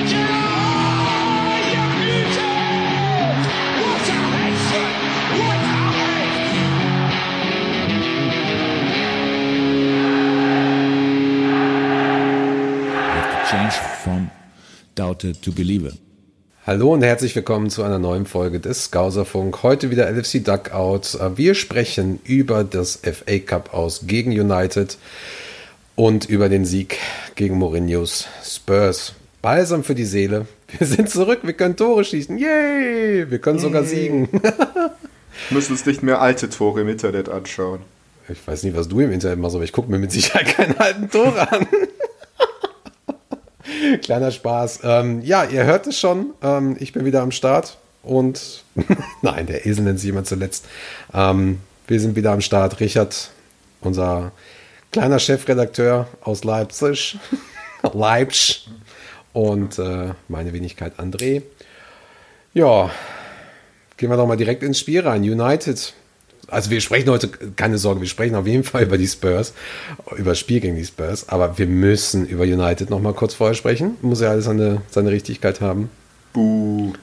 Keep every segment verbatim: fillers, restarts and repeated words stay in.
To Believer. Hallo und herzlich willkommen zu einer neuen Folge des Skauserfunk. Heute wieder L F C Dugout. Wir sprechen über das F A Cup aus gegen United und über den Sieg gegen Mourinhos Spurs. Balsam für die Seele. Wir sind zurück, wir können Tore schießen. Yay! Wir können sogar siegen. Wir müssen uns nicht mehr alte Tore im Internet anschauen. Ich weiß nicht, was du im Internet machst, aber ich gucke mir mit Sicherheit keine alten Tore an. Kleiner Spaß. Ähm, ja, ihr hört es schon. Ähm, ich bin wieder am Start. Und nein, der Esel nennt sich jemand zuletzt. Ähm, wir sind wieder am Start. Richard, unser kleiner Chefredakteur aus Leipzig. Leipzig. Und äh, meine Wenigkeit André. Ja, gehen wir doch mal direkt ins Spiel rein. United. Also wir sprechen heute, keine Sorge, wir sprechen auf jeden Fall über die Spurs, über das Spiel gegen die Spurs, aber wir müssen über United noch mal kurz vorher sprechen. Muss ja alles seine, seine Richtigkeit haben. Buh.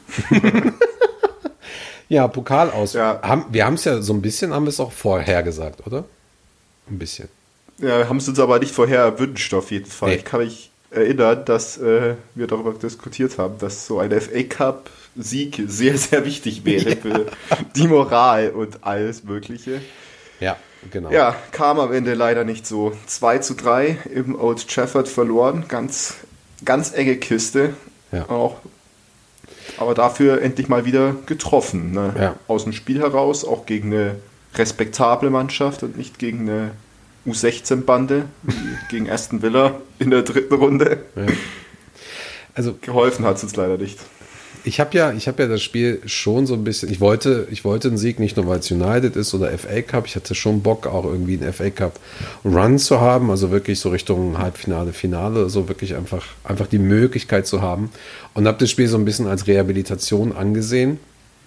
Ja, Pokal aus. Ja. Haben, wir haben es ja so ein bisschen, haben wir es auch vorher gesagt, oder? Ein bisschen. Ja, haben es uns aber nicht vorher erwünscht, auf jeden Fall. Nee. Ich kann mich erinnern, dass äh, wir darüber diskutiert haben, dass so ein F A Cup Sieg sehr, sehr wichtig wäre für die Moral und alles Mögliche. Ja, genau. Ja, kam am Ende leider nicht so. zwei zu drei im Old Trafford verloren. Ganz, ganz enge Kiste. Ja. Auch, aber dafür endlich mal wieder getroffen. Ne? Ja. Aus dem Spiel heraus, auch gegen eine respektable Mannschaft und nicht gegen eine U sechzehn Bande, wie gegen Aston Villa in der dritten Runde. Ja. Also, geholfen hat es uns leider nicht. Ich habe ja, ich habe ja das Spiel schon so ein bisschen, ich wollte, ich wollte einen Sieg, nicht nur weil es United ist oder F A Cup, ich hatte schon Bock auch irgendwie einen F A Cup Run zu haben, also wirklich so Richtung Halbfinale, Finale, so wirklich einfach, einfach die Möglichkeit zu haben und habe das Spiel so ein bisschen als Rehabilitation angesehen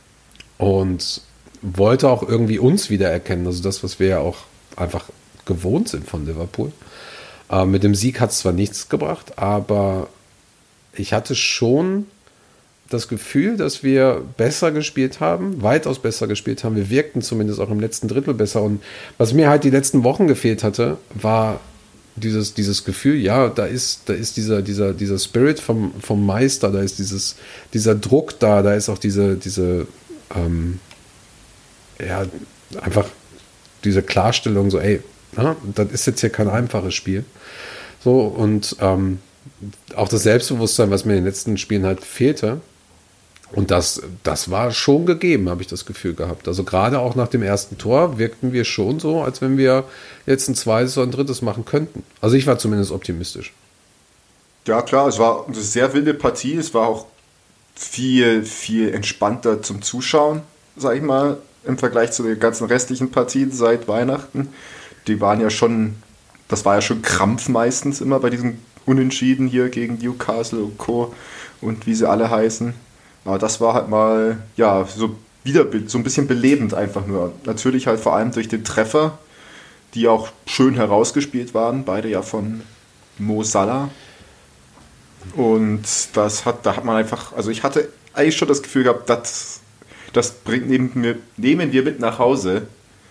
und wollte auch irgendwie uns wiedererkennen, also das, was wir ja auch einfach gewohnt sind von Liverpool. Äh, mit dem Sieg hat es zwar nichts gebracht, aber ich hatte schon das Gefühl, dass wir besser gespielt haben, weitaus besser gespielt haben. Wir wirkten zumindest auch im letzten Drittel besser. Und was mir halt die letzten Wochen gefehlt hatte, war dieses, dieses Gefühl, ja, da ist, da ist dieser, dieser, dieser Spirit vom, vom Meister, da ist dieses, dieser Druck da, da ist auch diese, diese ähm, ja, einfach diese Klarstellung, so, ey, na, das ist jetzt hier kein einfaches Spiel. So, und ähm, auch das Selbstbewusstsein, was mir in den letzten Spielen halt fehlte. Und das, das war schon gegeben, habe ich das Gefühl gehabt. Also gerade auch nach dem ersten Tor wirkten wir schon so, als wenn wir jetzt ein zweites oder ein drittes machen könnten. Also ich war zumindest optimistisch. Ja klar, es war eine sehr wilde Partie. Es war auch viel, viel entspannter zum Zuschauen, sag ich mal, im Vergleich zu den ganzen restlichen Partien seit Weihnachten. Die waren ja schon, das war ja schon Krampf meistens immer bei diesen Unentschieden hier gegen Newcastle und Co. und wie sie alle heißen. Aber das war halt mal, ja, so wieder so ein bisschen belebend einfach nur. Natürlich halt vor allem durch den Treffer, die auch schön herausgespielt waren, beide ja von Mo Salah. Und das hat, da hat man einfach, also ich hatte eigentlich schon das Gefühl gehabt, das, das bringt, nehmen, wir, nehmen wir mit nach Hause.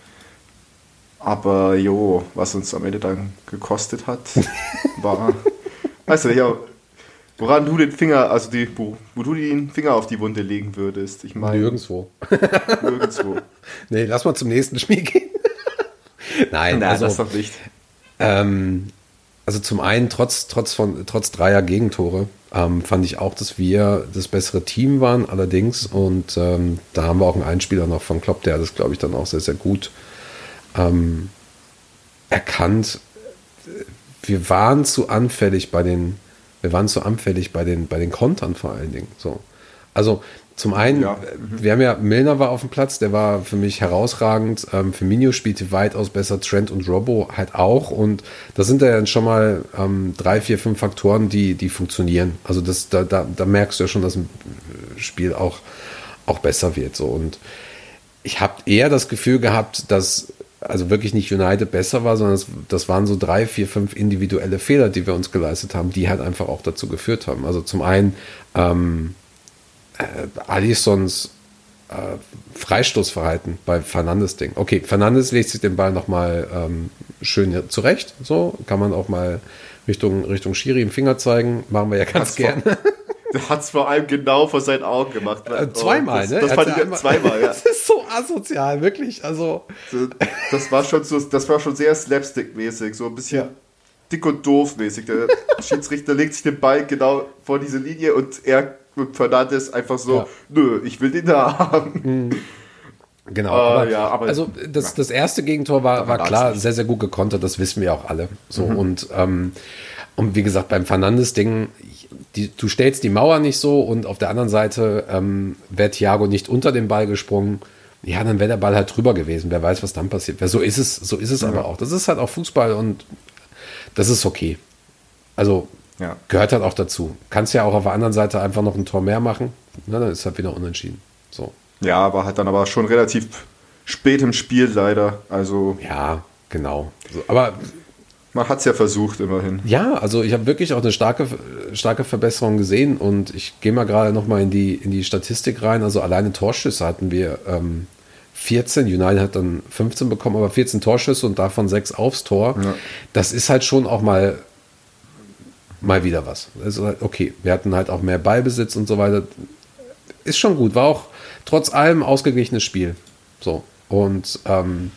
Aber jo, was uns am Ende dann gekostet hat, war, weißt du, ja, woran du den Finger, also die, wo, wo du den Finger auf die Wunde legen würdest. Ich meine, nirgendwo. Nirgendwo. Nee, lass mal zum nächsten Spiel gehen. Nein, Nein, also, das doch nicht. Ähm, also zum einen, trotz, trotz, von, trotz dreier Gegentore, ähm, fand ich auch, dass wir das bessere Team waren, allerdings. Und ähm, da haben wir auch einen Einspieler noch von Klopp, der das, glaube ich, dann auch sehr, sehr gut ähm, erkannt. Wir waren zu anfällig bei den Wir waren zu anfällig bei den, bei den Kontern vor allen Dingen. So. Also zum einen, ja. wir haben ja, Milner war auf dem Platz, der war für mich herausragend. Ähm, Firmino spielte weitaus besser, Trent und Robbo halt auch. Und das sind ja dann schon mal ähm, drei, vier, fünf Faktoren, die, die funktionieren. Also das, da, da, da merkst du ja schon, dass ein Spiel auch, auch besser wird. So. Und ich habe eher das Gefühl gehabt, dass also wirklich nicht United besser war, sondern das, das waren so drei, vier, fünf individuelle Fehler, die wir uns geleistet haben, die halt einfach auch dazu geführt haben. Also zum einen ähm, äh, Alissons äh, Freistoßverhalten bei Fernandes-Ding. Okay, Fernandes legt sich den Ball nochmal ähm, schön zurecht, so kann man auch mal Richtung, Richtung Schiri im Finger zeigen, machen wir ja ganz gerne. Der hat es vor allem genau vor seinen Augen gemacht. Äh, zweimal, das, ne? Das fand ich einmal, zweimal, ja. Das ist so asozial, wirklich. Also. Das war schon so, das war schon sehr Slapstick-mäßig, so ein bisschen ja. dick und doof-mäßig. Der Schiedsrichter legt sich den Ball genau vor diese Linie und er und Fernandes einfach so, ja. nö, ich will den da haben. Mhm. Genau, uh, aber, ja, aber also das, ja. das erste Gegentor war, war klar, sehr, sehr gut gekontert, das wissen wir auch alle. So, mhm. und, ähm, und wie gesagt, beim Fernandes-Ding, die, du stellst die Mauer nicht so und auf der anderen Seite ähm, wäre Thiago nicht unter den Ball gesprungen, ja, dann wäre der Ball halt drüber gewesen. Wer weiß, was dann passiert wäre. So ist es, so ist es ja. aber auch. Das ist halt auch Fußball und das ist okay. Also ja. gehört halt auch dazu. Kannst ja auch auf der anderen Seite einfach noch ein Tor mehr machen, na, dann ist halt wieder unentschieden. So. Ja, aber halt dann aber schon relativ spät im Spiel leider. Also ja, genau. So, aber man hat es ja versucht, immerhin. Ja, also ich habe wirklich auch eine starke, starke Verbesserung gesehen und ich gehe mal gerade noch mal in die, in die Statistik rein. Also alleine Torschüsse hatten wir ähm, vierzehn, United hat dann fünfzehn bekommen, aber vierzehn Torschüsse und davon sechs aufs Tor. Ja. Das ist halt schon auch mal, mal wieder was. Also okay, wir hatten halt auch mehr Ballbesitz und so weiter. Ist schon gut, war auch trotz allem ausgeglichenes Spiel. So, und ähm,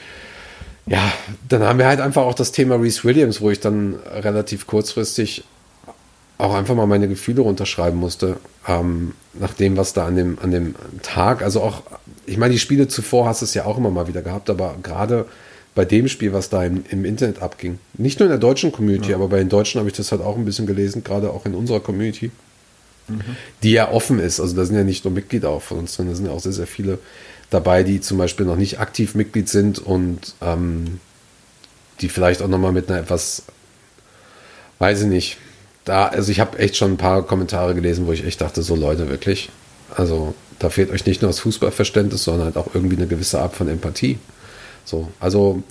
ja, dann haben wir halt einfach auch das Thema Reece Williams, wo ich dann relativ kurzfristig auch einfach mal meine Gefühle runterschreiben musste, ähm, nach dem, was da an dem, an dem Tag, also auch, ich meine, die Spiele zuvor hast du es ja auch immer mal wieder gehabt, aber gerade bei dem Spiel, was da im, im Internet abging, nicht nur in der deutschen Community, ja. aber bei den Deutschen habe ich das halt auch ein bisschen gelesen, gerade auch in unserer Community, mhm. die ja offen ist, also da sind ja nicht nur Mitglieder auch von uns drin, da sind ja auch sehr, sehr viele dabei, die zum Beispiel noch nicht aktiv Mitglied sind und ähm, die vielleicht auch nochmal mit einer etwas, weiß ich nicht, da, also ich habe echt schon ein paar Kommentare gelesen, wo ich echt dachte, so Leute, wirklich, also da fehlt euch nicht nur das Fußballverständnis, sondern halt auch irgendwie eine gewisse Art von Empathie. So, also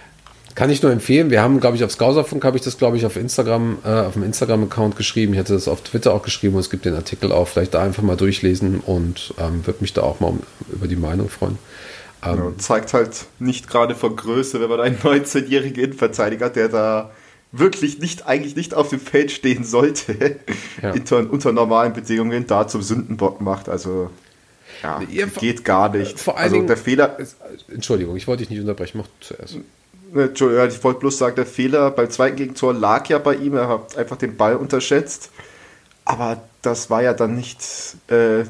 kann ich nur empfehlen. Wir haben, glaube ich, auf Skauserfunk habe ich das, glaube ich, auf Instagram, äh, auf dem Instagram-Account geschrieben. Ich hatte das auf Twitter auch geschrieben und es gibt den Artikel auch. Vielleicht da einfach mal durchlesen und ähm, würde mich da auch mal um, über die Meinung freuen. Ähm, ja, zeigt halt nicht gerade von Größe, wenn man einen neunzehnjährigen Innenverteidiger hat, der da wirklich nicht, eigentlich nicht auf dem Feld stehen sollte, ja. unter, unter normalen Bedingungen, da zum Sündenbock macht. Also ja, ja geht gar nicht. Vor allen also Dingen, der Fehler. Entschuldigung, ich wollte dich nicht unterbrechen, mach zuerst. Entschuldigung, ich wollte bloß sagen, der Fehler beim zweiten Gegentor lag ja bei ihm, er hat einfach den Ball unterschätzt. Aber das war ja dann nicht äh,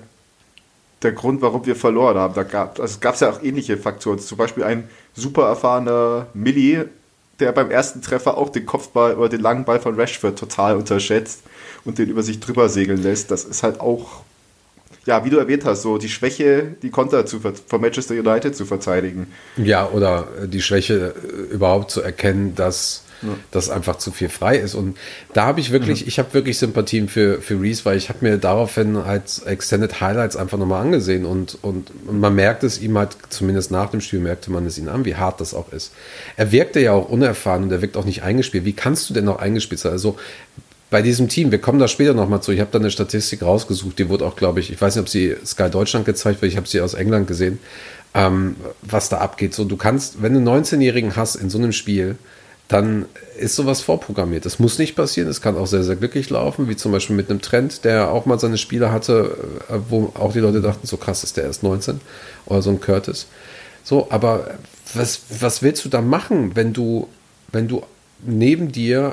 der Grund, warum wir verloren haben. Da gab also es gab ja auch ähnliche Faktoren. Zum Beispiel ein super erfahrener Milli, der beim ersten Treffer auch den Kopfball oder den langen Ball von Rashford total unterschätzt und den über sich drüber segeln lässt. Das ist halt auch, ja, wie du erwähnt hast, so die Schwäche, die Konter zu, von Manchester United zu verteidigen. Ja, oder die Schwäche überhaupt zu erkennen, dass ja. das einfach zu viel frei ist. Und da habe ich wirklich, mhm. ich habe wirklich Sympathien für, für Reece, weil ich habe mir daraufhin halt Extended Highlights einfach nochmal angesehen und, und, und man merkt es ihm halt, zumindest nach dem Spiel merkte man es ihn an, wie hart das auch ist. Er wirkte ja auch unerfahren und er wirkt auch nicht eingespielt. Wie kannst du denn noch eingespielt sein? Also bei diesem Team, wir kommen da später nochmal zu, ich habe da eine Statistik rausgesucht, die wurde auch, glaube ich, ich weiß nicht, ob sie Sky Deutschland gezeigt wird, ich habe sie aus England gesehen, ähm, was da abgeht. So, du kannst, wenn du einen neunzehnjährigen hast in so einem Spiel, dann ist sowas vorprogrammiert. Das muss nicht passieren, es kann auch sehr, sehr glücklich laufen, wie zum Beispiel mit einem Trend, der auch mal seine Spiele hatte, wo auch die Leute dachten, so krass ist der erst neunzehn, oder so ein Curtis. So, aber was, was willst du da machen, wenn du, wenn du neben dir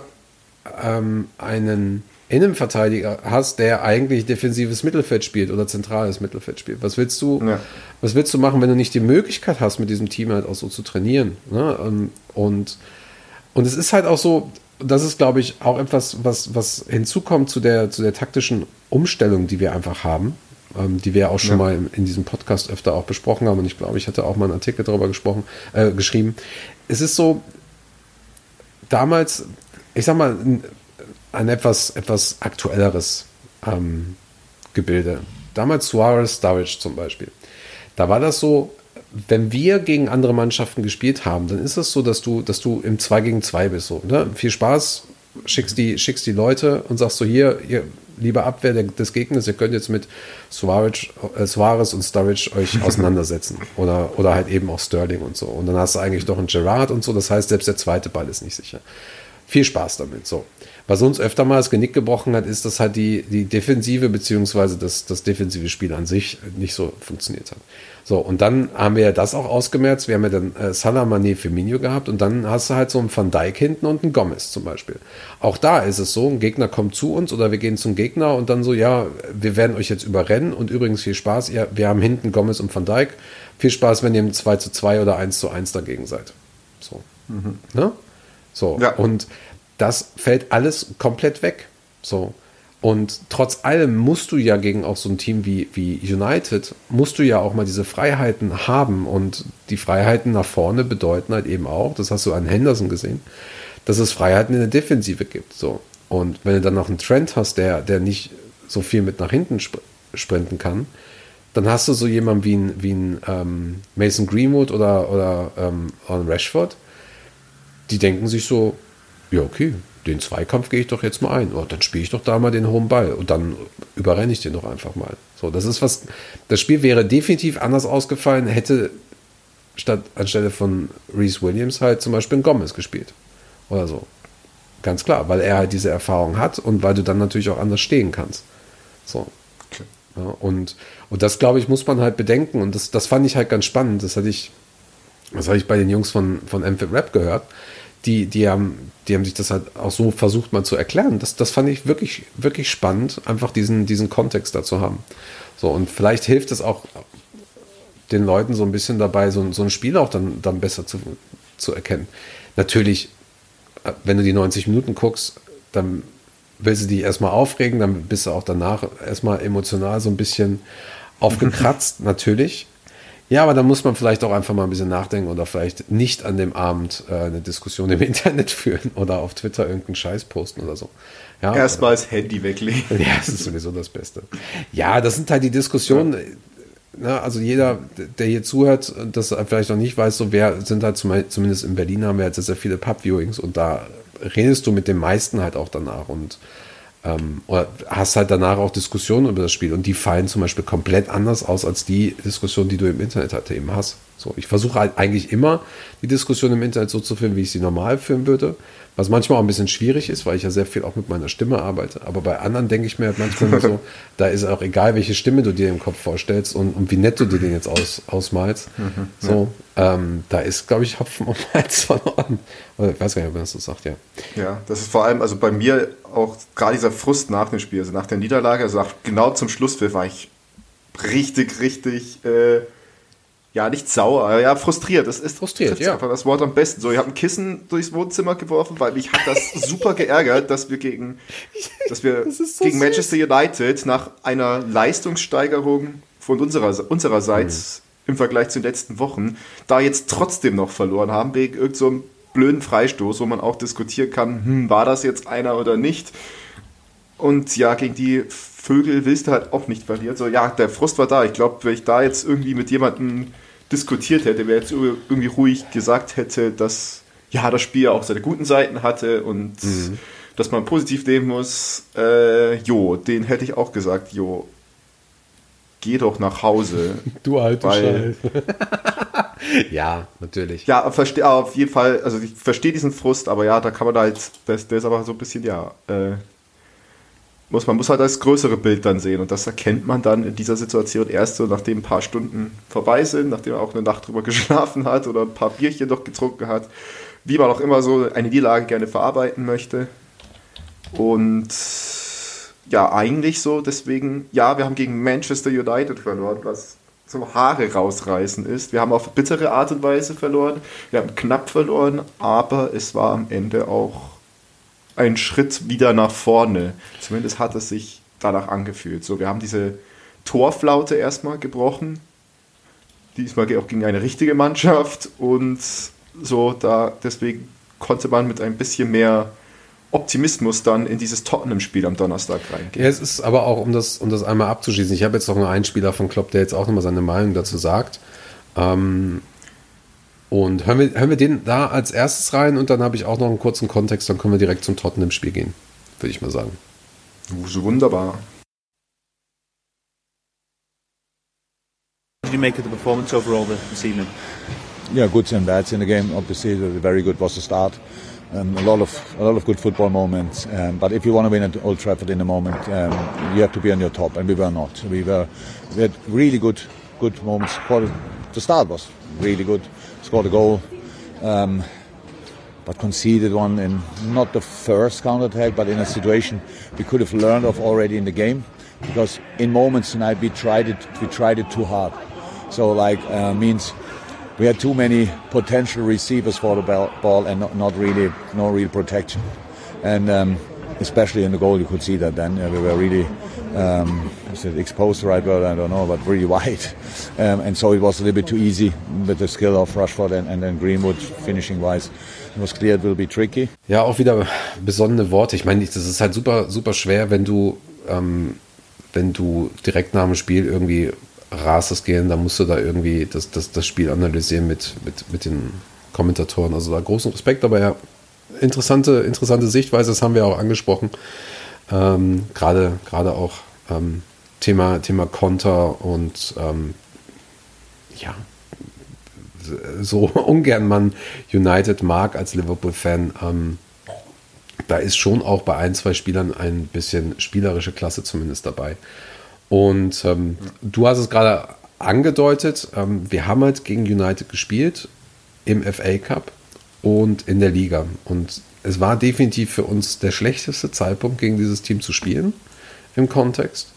ähm, einen Innenverteidiger hast, der eigentlich defensives Mittelfeld spielt oder zentrales Mittelfeld spielt? Was willst du, ja. was willst du machen, wenn du nicht die Möglichkeit hast, mit diesem Team halt auch so zu trainieren? Ne? Und Und es ist halt auch so, das ist, glaube ich, auch etwas, was, was hinzukommt zu der, zu der taktischen Umstellung, die wir einfach haben, ähm, die wir auch schon ja. mal in, in diesem Podcast öfter auch besprochen haben. Und ich glaube, ich hatte auch mal einen Artikel darüber gesprochen, äh, geschrieben. Es ist so, damals, ich sag mal, ein, ein etwas, etwas aktuelleres ähm, Gebilde. Damals Suarez, Sturridge zum Beispiel. Da war das so, wenn wir gegen andere Mannschaften gespielt haben, dann ist es so, dass du, dass du im zwei gegen zwei bist. So, ne? Viel Spaß, schickst die, schickst die Leute und sagst so, hier, ihr, liebe Abwehr des Gegners, ihr könnt jetzt mit Suarez, äh, Suarez und Sturridge euch auseinandersetzen. oder, oder halt eben auch Sterling und so. Und dann hast du eigentlich noch einen Gerrard und so. Das heißt, selbst der zweite Ball ist nicht sicher. Viel Spaß damit. So. Was uns öfter mal das Genick gebrochen hat, ist, dass halt die, die Defensive beziehungsweise das, das defensive Spiel an sich nicht so funktioniert hat. So, und dann haben wir ja das auch ausgemerzt. Wir haben ja dann äh, Salah, Mané, Firmino gehabt und dann hast du halt so einen Van Dijk hinten und einen Gomez zum Beispiel. Auch da ist es so, ein Gegner kommt zu uns oder wir gehen zum Gegner und dann so, ja, wir werden euch jetzt überrennen und übrigens viel Spaß, ihr, wir haben hinten Gomez und Van Dijk. Viel Spaß, wenn ihr im zwei zu zwei oder eins zu eins dagegen seid. So. Mhm. Ne? So, ja. Und das fällt alles komplett weg. So. Und trotz allem musst du ja gegen auch so ein Team wie, wie United, musst du ja auch mal diese Freiheiten haben. Und die Freiheiten nach vorne bedeuten halt eben auch, das hast du an Henderson gesehen, dass es Freiheiten in der Defensive gibt. So. Und wenn du dann noch einen Trent hast, der, der nicht so viel mit nach hinten sp- sprinten kann, dann hast du so jemanden wie ein, wie ein ähm, Mason Greenwood oder, oder ähm, Rashford, die denken sich so, ja okay, den Zweikampf gehe ich doch jetzt mal ein. Oh, dann spiele ich doch da mal den hohen Ball und dann überrenne ich den doch einfach mal. So, das ist was. Das Spiel wäre definitiv anders ausgefallen, hätte statt anstelle von Reece Williams halt zum Beispiel ein Gomez gespielt. Oder so. Ganz klar, weil er halt diese Erfahrung hat und weil du dann natürlich auch anders stehen kannst. So. Okay. Ja, und, und das, glaube ich, muss man halt bedenken. Und das, das fand ich halt ganz spannend. Das hatte ich, das hatte ich bei den Jungs von, von Amphibian Rap gehört. Die, die, haben, die haben sich das halt auch so versucht mal zu erklären. Das, das fand ich wirklich, wirklich spannend, einfach diesen, diesen Kontext dazu haben. So, und vielleicht hilft es auch den Leuten so ein bisschen dabei, so, so ein Spiel auch dann, dann besser zu, zu erkennen. Natürlich, wenn du die neunzig Minuten guckst, dann willst du dich erstmal aufregen, dann bist du auch danach erstmal emotional so ein bisschen aufgekratzt, natürlich. Ja, aber da muss man vielleicht auch einfach mal ein bisschen nachdenken oder vielleicht nicht an dem Abend äh, eine Diskussion im Internet führen oder auf Twitter irgendeinen Scheiß posten oder so. Ja, erstmal das Handy weglegen. Ja, das ist sowieso das Beste. Ja, das sind halt die Diskussionen. Ja. Ne, also jeder, der hier zuhört und das vielleicht noch nicht weiß, so wer sind halt zum, zumindest in Berlin haben wir jetzt sehr, sehr viele Pub-Viewings und da redest du mit den meisten halt auch danach und ähm, oder hast halt danach auch Diskussionen über das Spiel und die fallen zum Beispiel komplett anders aus als die Diskussion, die du im Internet halt eben hast. So, ich versuche halt eigentlich immer die Diskussion im Internet so zu führen, wie ich sie normal führen würde, was manchmal auch ein bisschen schwierig ist, weil ich ja sehr viel auch mit meiner Stimme arbeite, aber bei anderen denke ich mir halt manchmal so, da ist auch egal, welche Stimme du dir im Kopf vorstellst und, und wie nett du dir den jetzt aus, ausmalst. Mhm, so, ja. ähm, da ist, glaube ich, Hopfen und Malz verloren. Oder ich weiß gar nicht, ob man das so sagt, ja. Ja, das ist vor allem, also bei mir auch gerade dieser Frust nach dem Spiel, also nach der Niederlage, also nach, genau zum Schlusspfiff war ich richtig, richtig äh, ja, nicht sauer, ja, frustriert. Das ist frustriert, ja. Einfach das Wort am besten. So, ich habe ein Kissen durchs Wohnzimmer geworfen, weil mich hat das super geärgert, dass wir gegen, dass wir das so gegen Manchester United nach einer Leistungssteigerung von unserer, unsererseits mhm. im Vergleich zu den letzten Wochen da jetzt trotzdem noch verloren haben, wegen irgendeinem so blöden Freistoß, wo man auch diskutieren kann, hm, war das jetzt einer oder nicht? Und ja, gegen die Vögel willst du halt auch nicht verlieren. So, ja, der Frust war da. Ich glaube, wenn ich da jetzt irgendwie mit jemandem diskutiert hätte, wer jetzt irgendwie ruhig gesagt hätte, dass ja das Spiel auch seine guten Seiten hatte und mhm. dass man positiv nehmen muss, äh, jo, den hätte ich auch gesagt, jo, geh doch nach Hause. Du alte Scheiße. Ja, natürlich. Ja, verste- auf jeden Fall, also ich verstehe diesen Frust, aber ja, da kann man halt, das, das ist aber so ein bisschen, ja, äh, Muss, man muss halt das größere Bild dann sehen und das erkennt man dann in dieser Situation erst so, nachdem ein paar Stunden vorbei sind, nachdem man auch eine Nacht drüber geschlafen hat oder ein paar Bierchen noch getrunken hat, wie man auch immer so eine Niederlage gerne verarbeiten möchte. Und ja, eigentlich so, deswegen, ja, wir haben gegen Manchester United verloren, was zum Haare rausreißen ist. Wir haben auf bittere Art und Weise verloren, wir haben knapp verloren, aber es war am Ende auch ein Schritt wieder nach vorne. Zumindest hat es sich danach angefühlt. So, wir haben diese Torflaute erstmal gebrochen. Diesmal auch gegen eine richtige Mannschaft. Und so, da deswegen konnte man mit ein bisschen mehr Optimismus dann in dieses Tottenham-Spiel am Donnerstag reingehen. Ja, es ist aber auch, um das, um das einmal abzuschließen, ich habe jetzt noch einen Einspieler von Klopp, der jetzt auch nochmal seine Meinung dazu sagt. Ähm, und hören wir, hören wir den da als erstes rein und dann habe ich auch noch einen kurzen Kontext, dann können wir direkt zum Tottenham-Spiel gehen, würde ich mal sagen. So wunderbar. What did you make of the performance overall this evening? Yeah, goods and bads in the game. Obviously, the very good was the start. Um, a lot of a lot of good football moments. Um, but if you want to win at Old Trafford in the moment, um, you have to be on your top, and we were not. We were we had really good good moments. The start was really good. Scored a goal, um, but conceded one in not the first counter attack, but in a situation we could have learned of already in the game. Because in moments tonight we tried it we tried it too hard. So like uh, means. We had too many potential receivers for the ball and not, not really, no real protection. And um, especially in the goal, you could see that then uh, we were really, um, is it exposed the right word? I don't know, but really wide. Um, and so it was a little bit too easy with the skill of Rashford and, and then Greenwood finishing wise. It was clear it will be tricky. Ja, auch wieder besonnene Worte. Ich meine, das ist halt super, super schwer, wenn du, ähm, wenn du direkt nach dem Spiel irgendwie Rases gehen, da musst du da irgendwie das, das, das Spiel analysieren mit, mit, mit den Kommentatoren. Also da großen Respekt, aber ja, interessante, interessante Sichtweise, das haben wir auch angesprochen. Ähm, gerade, gerade auch ähm, Thema, Thema Konter und ähm, ja, so ungern man United mag als Liverpool-Fan, ähm, da ist schon auch bei ein, zwei Spielern ein bisschen spielerische Klasse zumindest dabei. Und ähm, du hast es gerade angedeutet, ähm, wir haben halt gegen United gespielt im F A Cup und in der Liga. Und es war definitiv für uns der schlechteste Zeitpunkt, gegen dieses Team zu spielen im Kontext.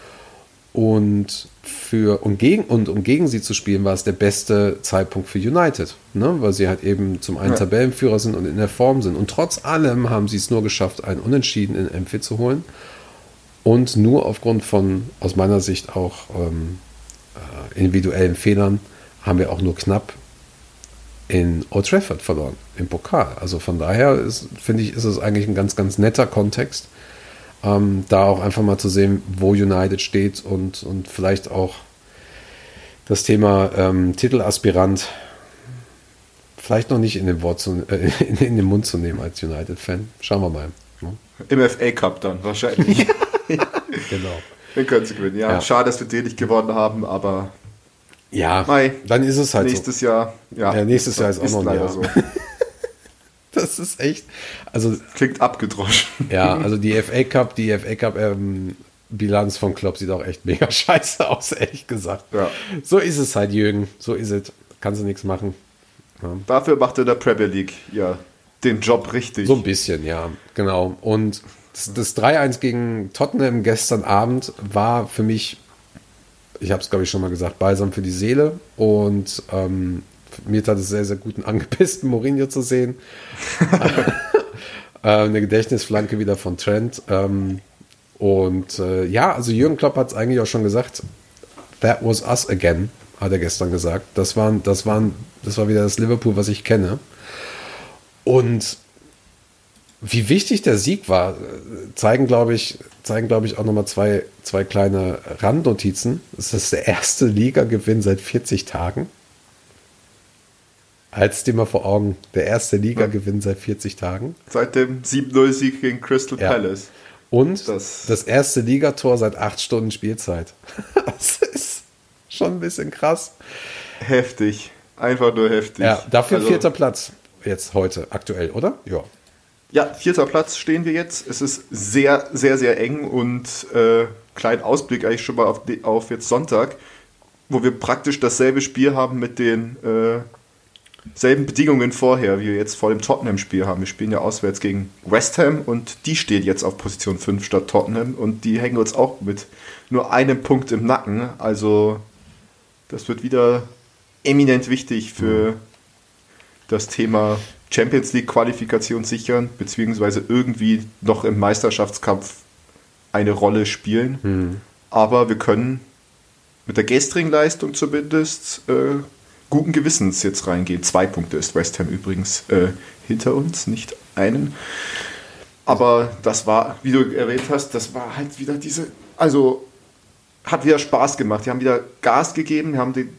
Und, für, und, gegen, und um gegen sie zu spielen, war es der beste Zeitpunkt für United, ne? Weil sie halt eben zum einen ja. Tabellenführer sind und in der Form sind. Und trotz allem haben sie es nur geschafft, einen Unentschieden in Anfield zu holen. Und nur aufgrund von, aus meiner Sicht auch ähm, äh, individuellen Fehlern, haben wir auch nur knapp in Old Trafford verloren, im Pokal. Also von daher ist, finde ich, ist es eigentlich ein ganz, ganz netter Kontext, ähm, da auch einfach mal zu sehen, wo United steht und, und vielleicht auch das Thema ähm, Titelaspirant vielleicht noch nicht in den, Wort zu, äh, in, in den Mund zu nehmen als United-Fan. Schauen wir mal. Ne? Im F A Cup dann wahrscheinlich. Genau. Den können sie gewinnen. Ja, ja, schade, dass wir den nicht gewonnen haben, aber ja, Mai, dann ist es halt nächstes so. Jahr. Ja, ja nächstes Jahr ist auch noch ein Jahr. So. Das ist echt. Also, klingt abgedroschen. Ja, also die F A Cup, die F A Cup ähm, Bilanz vom Klopp sieht auch echt mega scheiße aus, ehrlich gesagt. Ja. So ist es halt, Jürgen. So ist es. Kannst du nichts machen. Ja. Dafür macht er der Premier League ja den Job richtig. So ein bisschen, ja, genau. Und das, das drei eins gegen Tottenham gestern Abend war für mich, ich habe es glaube ich schon mal gesagt, balsam für die Seele. Und ähm, mir tat es sehr, sehr gut, einen angepissten Mourinho zu sehen. äh, eine Gedächtnisflanke wieder von Trent. Ähm, und äh, ja, also Jürgen Klopp hat es eigentlich auch schon gesagt, that was us again, hat er gestern gesagt. Das, waren, das, waren, das war wieder das Liverpool, was ich kenne. Und wie wichtig der Sieg war, zeigen, glaube ich, zeigen, glaube ich, auch nochmal zwei, zwei kleine Randnotizen. Es ist der erste Liga-Gewinn seit vierzig Tagen. Halt's dir mal vor Augen, der erste Liga-Gewinn seit vierzig Tagen. Seit dem sieben null Sieg gegen Crystal ja. Palace. Und das, das erste Ligator seit acht Stunden Spielzeit. Das ist schon ein bisschen krass. Heftig. Einfach nur heftig. Ja, dafür also, vierter Platz. Jetzt heute aktuell, oder? Ja. Ja, vierter Platz stehen wir jetzt. Es ist sehr, sehr, sehr eng und äh, kleinen Ausblick eigentlich schon mal auf, auf jetzt Sonntag, wo wir praktisch dasselbe Spiel haben mit den äh, selben Bedingungen vorher, wie wir jetzt vor dem Tottenham-Spiel haben. Wir spielen ja auswärts gegen West Ham und die stehen jetzt auf Position fünf statt Tottenham und die hängen uns auch mit nur einem Punkt im Nacken. Also das wird wieder eminent wichtig für mhm. das Thema Champions League Qualifikation sichern, beziehungsweise irgendwie noch im Meisterschaftskampf eine Rolle spielen. Mhm. Aber wir können mit der gestrigen Leistung zumindest äh, guten Gewissens jetzt reingehen. Zwei Punkte ist West Ham übrigens äh, hinter uns, nicht einen. Aber das war, wie du erwähnt hast, das war halt wieder diese, also hat wieder Spaß gemacht. Die haben wieder Gas gegeben, wir haben den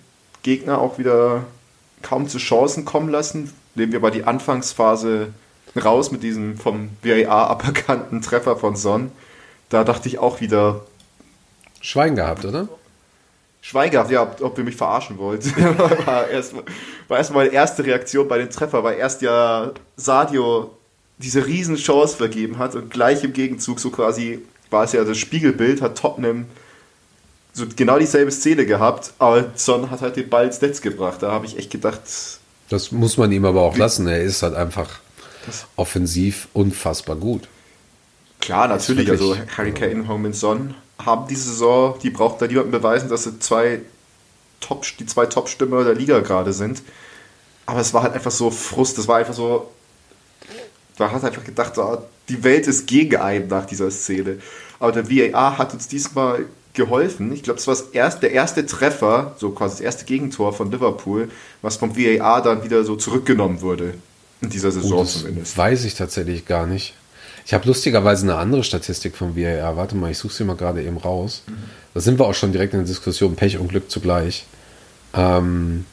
Gegner auch wieder kaum zu Chancen kommen lassen. Nehmen wir mal die Anfangsphase raus mit diesem vom V A R aberkannten Treffer von Son. Da dachte ich auch wieder... Schwein gehabt, oder? Schwein gehabt, ja, ob, ob ihr mich verarschen wollt. war erstmal erst meine erste Reaktion bei den Treffer, weil erst ja Sadio diese riesen Chance vergeben hat und gleich im Gegenzug so quasi war es ja das Spiegelbild, hat Tottenham so genau dieselbe Szene gehabt, aber Son hat halt den Ball ins Netz gebracht. Da habe ich echt gedacht... Das muss man ihm aber auch lassen. Er ist halt einfach offensiv unfassbar gut. Klar, natürlich. Also Harry Kane und Heung-min Son haben diese Saison, die braucht da niemandem beweisen, dass sie zwei Top, die zwei Top-Stürmer der Liga gerade sind. Aber es war halt einfach so Frust. Das war einfach so... Da hat einfach gedacht, oh, die Welt ist gegen einen nach dieser Szene. Aber der V A R hat uns diesmal geholfen. Ich glaube, das war das erste, der erste Treffer, so quasi das erste Gegentor von Liverpool, was vom V A R dann wieder so zurückgenommen wurde. In dieser Saison oh, das zumindest. Weiß ich tatsächlich gar nicht. Ich habe lustigerweise eine andere Statistik vom V A R. Warte mal, ich suche sie mal gerade eben raus. Mhm. Da sind wir auch schon direkt in der Diskussion. Pech und Glück zugleich. Ähm...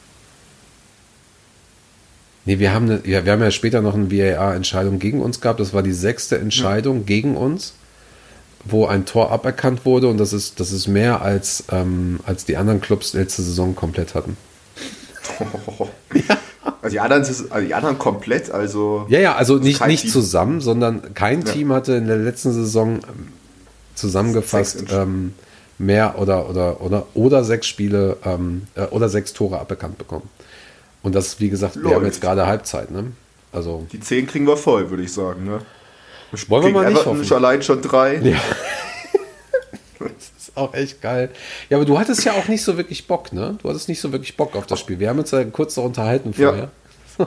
Nee, wir haben, eine, ja, wir haben ja später noch eine V A R-Entscheidung gegen uns gehabt. Das war die sechste Entscheidung ja. gegen uns, wo ein Tor aberkannt wurde. Und das ist, das ist mehr, als, ähm, als die anderen Clubs letzte Saison komplett hatten. Oh. Ja. Also, die anderen, also die anderen komplett, also... Ja, ja, also nicht, nicht zusammen, sondern kein ja. Team hatte in der letzten Saison zusammengefasst ähm, mehr oder, oder, oder, oder sechs Spiele ähm, äh, oder sechs Tore aberkannt bekommen. Und das, wie gesagt, Läuft. wir haben jetzt gerade Halbzeit, ne? Also die zehn kriegen wir voll, würde ich sagen, ne? Wollen wir mal nicht Everton hoffen. Allein schon drei. Ja. Das ist auch echt geil. Ja, aber du hattest ja auch nicht so wirklich Bock, ne? Du hattest nicht so wirklich Bock auf das Spiel. Wir haben uns ja kurz noch unterhalten vorher. Ja.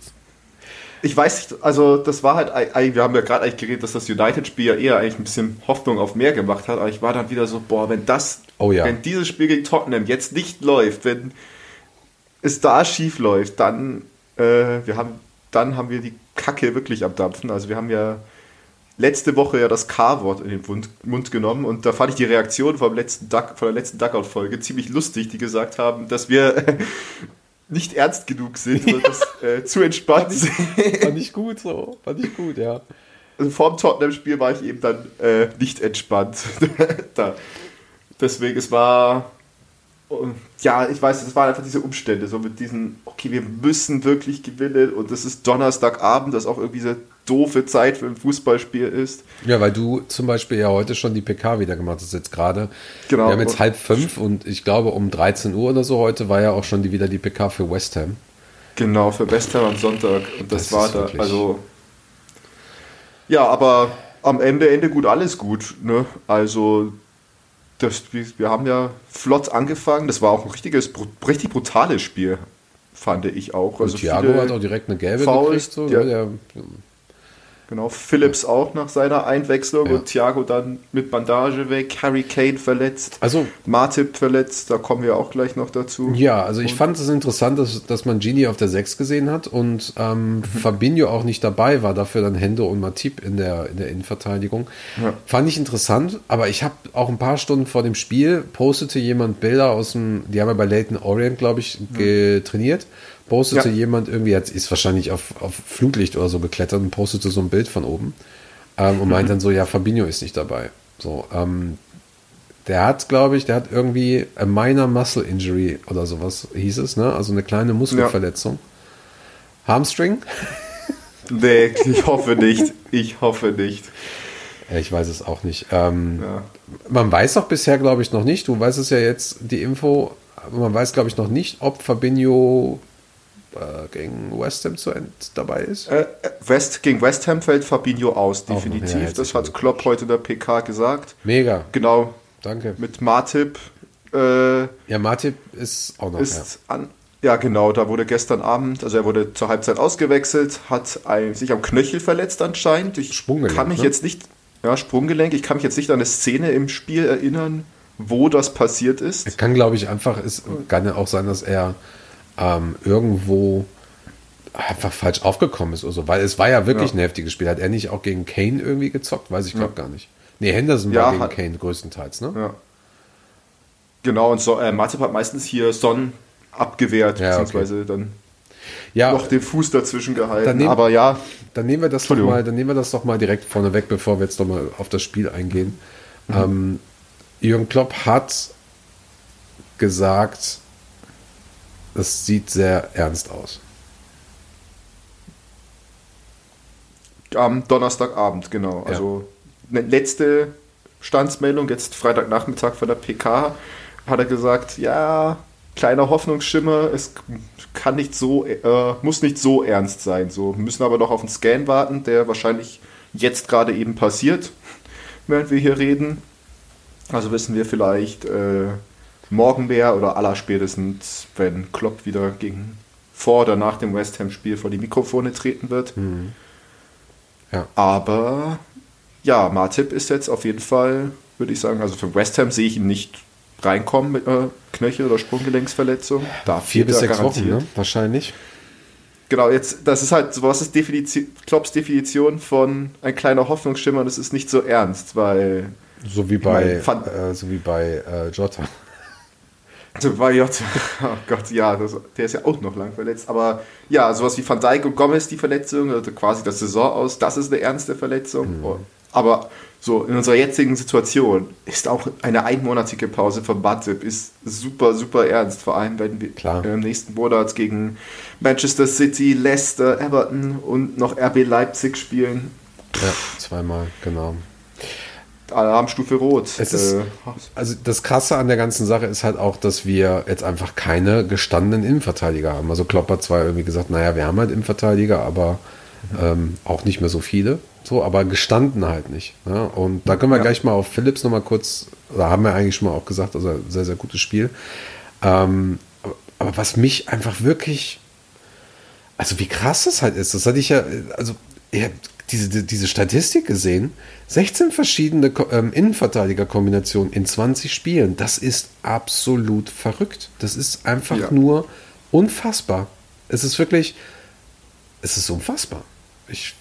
Ich weiß nicht, also das war halt, wir haben ja gerade eigentlich geredet, dass das United-Spiel ja eher eigentlich ein bisschen Hoffnung auf mehr gemacht hat, aber ich war dann wieder so, boah, wenn das, oh ja. wenn dieses Spiel gegen Tottenham jetzt nicht läuft, wenn es da schief läuft, dann, äh, wir haben, dann haben wir die Kacke wirklich am Dampfen. Also wir haben ja letzte Woche ja das K-Wort in den Mund, Mund genommen und da fand ich die Reaktion vom letzten Duck, von der letzten Duckout-Folge ziemlich lustig, die gesagt haben, dass wir äh, nicht ernst genug sind und das äh, zu entspannt sind. Fand ich gut so, fand ich gut, ja. Also vor dem Tottenham-Spiel war ich eben dann äh, nicht entspannt. da. Deswegen, es war... Ja, ich weiß, es waren einfach diese Umstände, so mit diesen, okay, wir müssen wirklich gewinnen und das ist Donnerstagabend, das auch irgendwie so doofe Zeit für ein Fußballspiel ist. Ja, weil du zum Beispiel ja heute schon die P K wieder gemacht hast, jetzt gerade. Genau. Wir haben jetzt halb fünf und ich glaube um dreizehn Uhr oder so heute war ja auch schon die, wieder die P K für West Ham. Genau, für West Ham am Sonntag und das, das war da, wirklich. also ja, aber am Ende, Ende gut, alles gut, ne, also Das, wir haben ja flott angefangen. Das war auch ein richtiges, richtig brutales Spiel, fand ich auch. Also Thiago hat auch direkt eine gelbe Fouls, gekriegt. So, der, der, genau, Phillips auch nach seiner Einwechslung ja. und Thiago dann mit Bandage weg. Harry Kane verletzt, also, Matip verletzt, da kommen wir auch gleich noch dazu. Ja, also ich und fand es interessant, dass, dass man Gini auf der sechs gesehen hat und ähm, mhm. Fabinho auch nicht dabei war, dafür dann Hendo und Matip in der, in der Innenverteidigung. Ja. Fand ich interessant, aber ich habe auch ein paar Stunden vor dem Spiel, postete jemand Bilder aus dem, die haben ja bei Leyton Orient, glaube ich, mhm. trainiert, postete ja. jemand irgendwie, jetzt ist wahrscheinlich auf, auf Flutlicht oder so geklettert und postete so ein Bild von oben ähm, und meint dann so, ja, Fabinho ist nicht dabei. So, ähm, der hat, glaube ich, der hat irgendwie a minor muscle injury oder sowas hieß es, ne? Also eine kleine Muskelverletzung. Ja. Hamstring? Nee, ich hoffe nicht. Ich hoffe nicht. Ich weiß es auch nicht. Ähm, ja. Man weiß auch bisher, glaube ich, noch nicht, du weißt es ja jetzt, die Info, aber man weiß, glaube ich, noch nicht, ob Fabinho äh, gegen West Ham zu End dabei ist. Äh, West, gegen West Ham fällt Fabinho aus, definitiv. Noch, ja, das hat Klopp heute in der P K gesagt. Mega. Genau. Danke. Mit Matip. Äh, ja, Matip ist auch noch. Ist ja. An, ja, genau. Da wurde gestern Abend, also er wurde zur Halbzeit ausgewechselt, hat ein, sich am Knöchel verletzt anscheinend. Ich Sprunggelenk, kann mich ne? jetzt nicht, ja, Sprunggelenk. Ich kann mich jetzt nicht an eine Szene im Spiel erinnern, wo das passiert ist. Es kann, glaube ich, einfach, es kann ja auch sein, dass er ähm, irgendwo einfach falsch aufgekommen ist oder so, weil es war ja wirklich ja. ein heftiges Spiel. Hat er nicht auch gegen Kane irgendwie gezockt? Weiß ich glaube ja. gar nicht. Nee, Henderson ja, war gegen hat, Kane größtenteils, ne? Ja. Genau, und so, äh, Matip hat meistens hier Son abgewehrt, Ja, okay. beziehungsweise dann Ja, noch den Fuß dazwischen gehalten. Dann nehmen- Aber ja, Dann nehmen wir das doch Entschuldigung. mal, dann nehmen wir das doch mal direkt vorneweg, bevor wir jetzt noch mal auf das Spiel eingehen. Mhm. Ähm, Jürgen Klopp hat gesagt, das sieht sehr ernst aus. am Donnerstagabend, genau. Ja. Also eine letzte Standsmeldung, jetzt Freitagnachmittag von der P K, hat er gesagt, ja, kleiner Hoffnungsschimmer, es kann nicht so, äh, muss nicht so ernst sein. So, wir müssen aber noch auf einen Scan warten, der wahrscheinlich jetzt gerade eben passiert, während wir hier reden. Also wissen wir vielleicht äh, morgen mehr oder allerspätestens, wenn Klopp wieder gegen vor oder nach dem West Ham-Spiel vor die Mikrofone treten wird. Mhm. Ja. Aber ja, Matip ist jetzt auf jeden Fall, würde ich sagen, also für West Ham sehe ich ihn nicht reinkommen mit einer Knöchel- oder Sprunggelenksverletzung. Da Vier fehlt bis er sechs garantiert. Wochen, ne? Wahrscheinlich. Genau, jetzt, das ist halt, was ist Definition, Klopps Definition von ein kleiner Hoffnungsschimmer, das ist nicht so ernst, weil So wie bei, meine, Van- äh, so wie bei äh, Jota. also bei J, oh Gott, ja, das, der ist ja auch noch lang verletzt, aber ja, sowas wie Van Dijk und Gomez, die Verletzung, also quasi das Saison aus, das ist eine ernste Verletzung. Mhm. Aber so in unserer jetzigen Situation ist auch eine einmonatige Pause von Matip ist super, super ernst, vor allem wenn wir Klar. im nächsten Monat gegen Manchester City, Leicester, Everton und noch R B Leipzig spielen. Ja, zweimal, genau. Alarmstufe Rot. Es ist, Äh, also das Krasse an der ganzen Sache ist halt auch, dass wir jetzt einfach keine gestandenen Innenverteidiger haben. Also Klopp hat zwar irgendwie gesagt, naja, wir haben halt Innenverteidiger, aber ähm, auch nicht mehr so viele. So, aber gestanden halt nicht. Ne? Und da können wir Ja. gleich mal auf Phillips nochmal kurz, da haben wir eigentlich schon mal auch gesagt, also sehr, sehr gutes Spiel. Ähm, aber, aber was mich einfach wirklich, also wie krass das halt ist, das hatte ich ja, also ich habe diese, diese Statistik gesehen, sechzehn verschiedene Ko- ähm, Innenverteidiger-Kombinationen in zwanzig Spielen, das ist absolut verrückt. Das ist einfach Ja. nur unfassbar. Es ist wirklich, es ist unfassbar. Ich,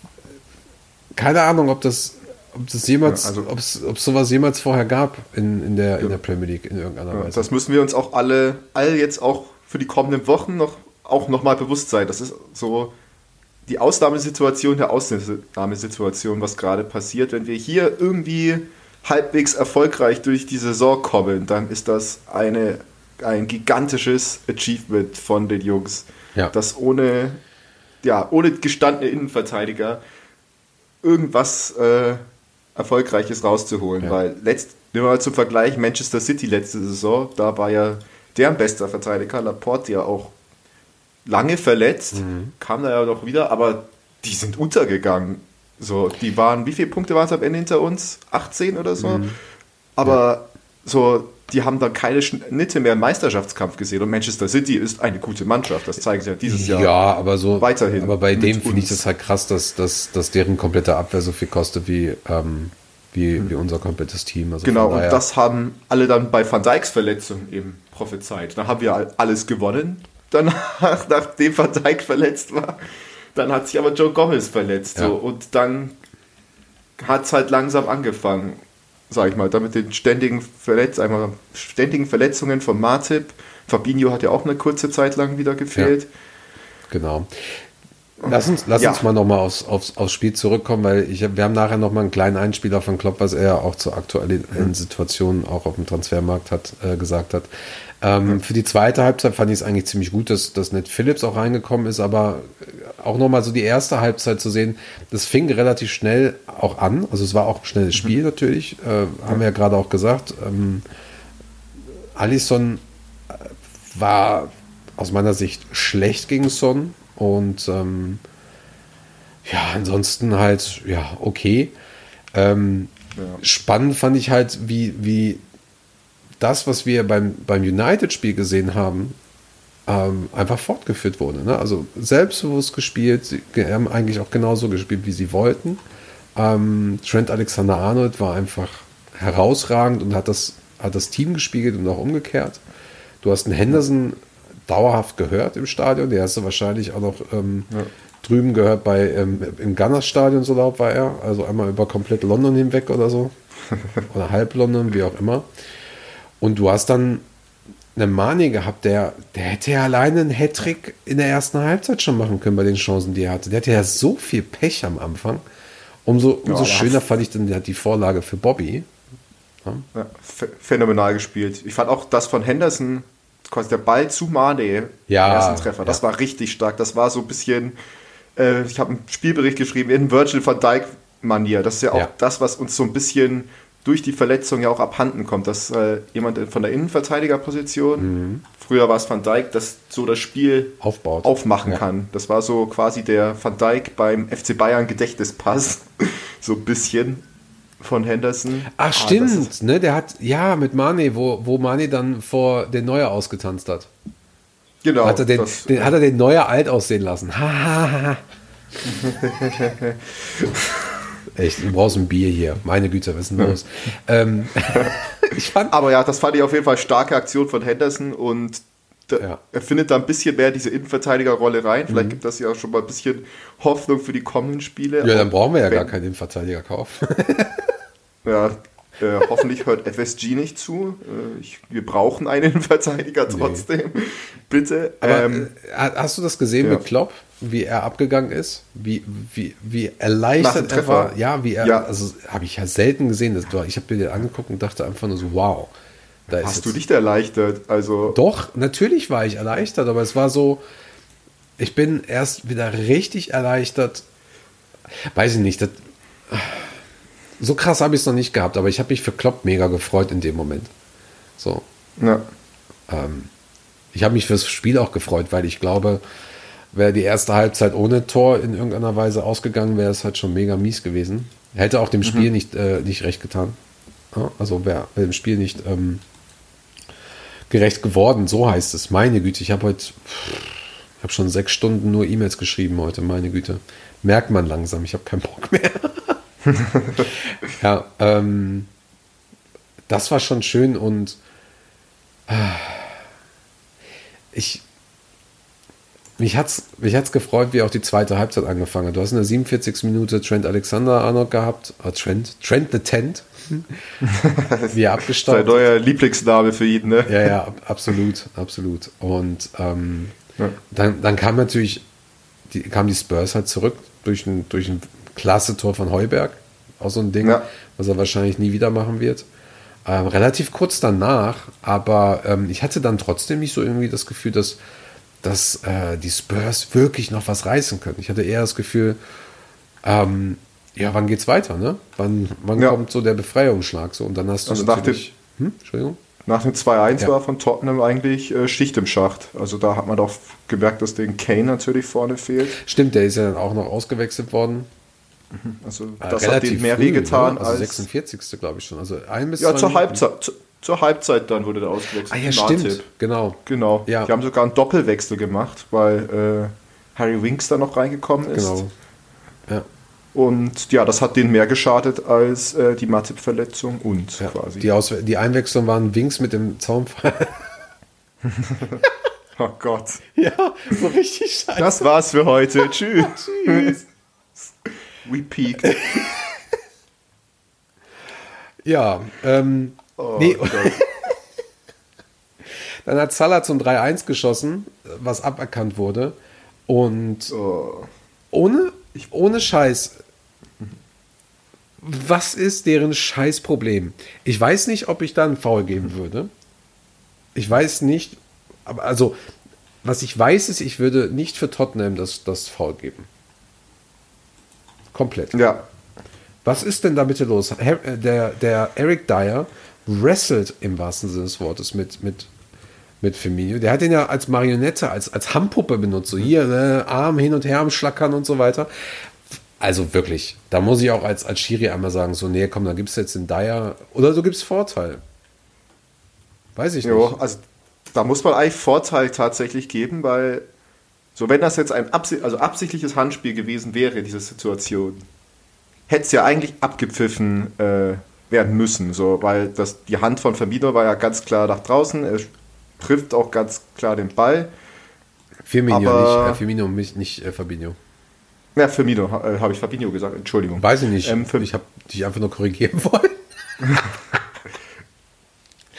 keine Ahnung, ob das, ob das jemals, Ja, also- ob es, ob es sowas jemals vorher gab in, in, der, in Ja. der Premier League in irgendeiner Ja, Weise. das müssen wir uns auch alle, alle jetzt auch für die kommenden Wochen noch, auch nochmal bewusst sein. Das ist so die Ausnahmesituation der Ausnahmesituation, was gerade passiert. Wenn wir hier irgendwie halbwegs erfolgreich durch die Saison kommen, dann ist das eine, ein gigantisches Achievement von den Jungs. Ja. Das ohne, ja, ohne gestandene Innenverteidiger irgendwas äh, Erfolgreiches rauszuholen. Ja. Weil letzt, nehmen wir mal zum Vergleich Manchester City letzte Saison, da war ja deren bester Verteidiger, Laporte, ja auch lange verletzt, Mhm. kam da ja noch wieder, aber die sind untergegangen. So, die waren, wie viele Punkte waren es am Ende hinter uns? achtzehn oder so? Mhm. Aber so, die haben dann keine Schnitte mehr im Meisterschaftskampf gesehen und Manchester City ist eine gute Mannschaft, das zeigen sie ja dieses Jahr. Ja, aber so weiterhin Aber bei mit dem finde ich uns. das halt krass, dass, dass, dass deren komplette Abwehr so viel kostet wie, ähm, wie, wie unser komplettes Team. Also Genau, von und daher- das haben alle dann bei Van Dijks Verletzung eben prophezeit. Dann haben wir all- alles gewonnen, danach, nachdem Van Dijk verletzt war. Dann hat sich aber Joe Gomez verletzt. Ja. So, und dann hat es halt langsam angefangen, sag ich mal, dann mit den ständigen, Verletz einmal, ständigen Verletzungen von Matip. Fabinho hat ja auch eine kurze Zeit lang wieder gefehlt. Genau. Lass uns, lass Ja. uns mal nochmal aufs, aufs, aufs Spiel zurückkommen, weil ich, hab- wir haben nachher nochmal einen kleinen Einspieler von Klopp, was er auch zur aktuellen Mhm. Situation auch auf dem Transfermarkt hat, äh, gesagt hat. Ähm, Für die zweite Halbzeit fand ich es eigentlich ziemlich gut, dass, dass Ned Phillips auch reingekommen ist, aber auch nochmal so die erste Halbzeit zu sehen, das fing relativ schnell auch an, also es war auch ein schnelles Spiel natürlich, äh, haben wir ja gerade auch gesagt. Ähm, Alisson war aus meiner Sicht schlecht gegen Son und ähm, ja, ansonsten halt, ja, okay. Ähm, Ja. Spannend fand ich halt, wie, wie das, was wir beim, beim United-Spiel gesehen haben, ähm, einfach fortgeführt wurde. Ne? Also selbstbewusst gespielt, sie haben eigentlich auch genauso gespielt, wie sie wollten. Ähm, Trent Alexander-Arnold war einfach herausragend und hat das, hat das Team gespiegelt und auch umgekehrt. Du hast einen Henderson dauerhaft gehört im Stadion, der hast du wahrscheinlich auch noch ähm, Ja. drüben gehört bei ähm, im Gunners-Stadion, so laut war er, also einmal über komplett London hinweg oder so oder halb London, wie auch immer. Und du hast dann einen Mane gehabt, der, der hätte ja alleine einen Hattrick in der ersten Halbzeit schon machen können bei den Chancen, die er hatte. Der hatte ja so viel Pech am Anfang. Umso, umso Ja, schöner fand ich dann die Vorlage für Bobby. Ja, phänomenal gespielt. Ich fand auch das von Henderson, quasi der Ball zu Mane, Ja, im ersten Treffer, das ja. war richtig stark. Das war so ein bisschen, äh, ich habe einen Spielbericht geschrieben, in Virgil van Dijk-Manier. Das ist ja auch Ja. das, was uns so ein bisschen durch die Verletzung ja auch abhanden kommt, dass äh, jemand von der Innenverteidigerposition, Mhm. früher war es Van Dijk, das so das Spiel Aufbaut. aufmachen Ja. kann. Das war so quasi der Van Dijk beim F C Bayern Gedächtnispass, so ein bisschen von Henderson. Ach, Ah, das stimmt, ist- ne? Der hat, ja, mit Mane, wo, wo Mane dann vor den Neuer ausgetanzt hat. Genau. Hat er den, das, den, hat er den Neuer alt aussehen lassen. Ha, ha, ha. Echt, du brauchst ein Bier hier. Meine Güte, was ist denn los? ähm, ich fand, aber ja, das fand ich auf jeden Fall starke Aktion von Henderson und da, Ja. er findet da ein bisschen mehr diese Innenverteidigerrolle rein. Vielleicht Mhm. gibt das ja auch schon mal ein bisschen Hoffnung für die kommenden Spiele. ja, dann brauchen wir ja Wenn- gar keinen Innenverteidiger kaufen. Ja, äh, hoffentlich hört F S G nicht zu. Äh, ich, wir brauchen einen Innenverteidiger trotzdem. Bitte. Aber ähm, äh, hast du das gesehen ja. mit Klopp, wie er abgegangen ist? Wie, wie, wie Nach dem erleichtert er Treffer. war? Ja, wie er, Ja. also habe ich ja selten gesehen. Das war, ich habe mir den angeguckt und dachte einfach nur so, wow. Da ist hast du jetzt- dich erleichtert? Also, Doch, natürlich war ich erleichtert, aber es war so, ich bin erst wieder richtig erleichtert. Weiß ich nicht, das, so krass habe ich es noch nicht gehabt, aber ich habe mich für Klopp mega gefreut in dem Moment. So, ja. ähm, ich habe mich fürs Spiel auch gefreut, weil ich glaube, wäre die erste Halbzeit ohne Tor in irgendeiner Weise ausgegangen, wäre es halt schon mega mies gewesen. Hätte auch dem Spiel nicht, äh, nicht recht getan. Ja, also wäre wär dem Spiel nicht ähm, gerecht geworden, so heißt es. Meine Güte, ich habe heute, ich habe schon sechs Stunden nur E-Mails geschrieben heute, meine Güte. Merkt man langsam, ich habe keinen Bock mehr. ja, ähm, das war schon schön und äh, ich mich hat's, mich hat's gefreut, wie auch die zweite Halbzeit angefangen hat. Du hast in der siebenundvierzigsten Minute Trent Alexander-Arnold gehabt, äh, Trent, Trent the Tent, wie er Sein abgestaubt. neuer Lieblingsname für ihn, ne? Ja, ja, ab- absolut, absolut. Und ähm, Ja. dann, dann kam natürlich, die, kam die Spurs halt zurück durch ein, durch ein klasse Tor von Heuberg. Auch so ein Ding, Ja. was er wahrscheinlich nie wieder machen wird. Ähm, relativ kurz danach, aber ähm, ich hatte dann trotzdem nicht so irgendwie das Gefühl, dass, dass äh, die Spurs wirklich noch was reißen können. Ich hatte eher das Gefühl, ähm, ja, wann geht's weiter, ne? Wann, wann Ja. kommt so der Befreiungsschlag? So, und dann hast du Also nach dem- natürlich. Hm? Entschuldigung? Nach dem zwei eins Ja. war von Tottenham eigentlich äh, Schicht im Schacht. Also da hat man doch gemerkt, dass den Kane natürlich vorne fehlt. Stimmt, der ist ja dann auch noch ausgewechselt worden. Also Äh, das hat dem mehr früh, wehgetan ne? Also als... sechsundvierzigste glaube ich schon. Also ein bis Ja, zwei zur Minuten. Halbzeit, zu, zur Halbzeit dann wurde der ausgewechselt. Ah ja, Matip. stimmt. Genau. Genau. Ja. Die haben sogar einen Doppelwechsel gemacht, weil äh, Harry Winks da noch reingekommen ist. Genau. Ja. Und ja, das hat denen mehr geschadet als äh, die Matip-Verletzung und Ja. quasi. Die, Aus die Einwechslung waren Wings mit dem Zaunpfeil. Oh Gott. ja, so richtig scheiße. Das war's für heute. Tschüss. Tschüss. We peaked. Ja, ähm, Oh nee. Gott. Dann hat Salah zum drei eins geschossen, was aberkannt wurde. Und Oh. ohne, ohne Scheiß, was ist deren Scheißproblem? Ich weiß nicht, ob ich da einen Foul geben würde. Ich weiß nicht, aber also, was ich weiß, ist, ich würde nicht für Tottenham das, das Foul geben. Komplett. Ja. Was ist denn da bitte los? Her- äh, Der, der Eric Dyer wrestelt im wahrsten Sinne des Wortes mit, mit, mit Firmino. Der hat ihn ja als Marionette, als, als Handpuppe benutzt. So hier, äh, Arm hin und her am Schlackern und so weiter. Also wirklich, da muss ich auch als, als Schiri einmal sagen, so, nee, komm, dann gibst du jetzt den Dyer oder du gibst Vorteil. Weiß ich Jo, nicht. also da muss man eigentlich Vorteil tatsächlich geben, weil so wenn das jetzt ein absi also absichtliches Handspiel gewesen wäre, diese Situation, hätte es ja eigentlich abgepfiffen äh, werden müssen, so, weil das, die Hand von Firmino war ja ganz klar nach draußen, er trifft auch ganz klar den Ball. Firmino aber- nicht, äh, Firmino nicht, nicht äh, Fabinho. Ja, Firmino, äh, habe ich Fabinho gesagt, Entschuldigung. Weiß ich nicht. Ähm, für- ich habe dich einfach nur korrigieren wollen.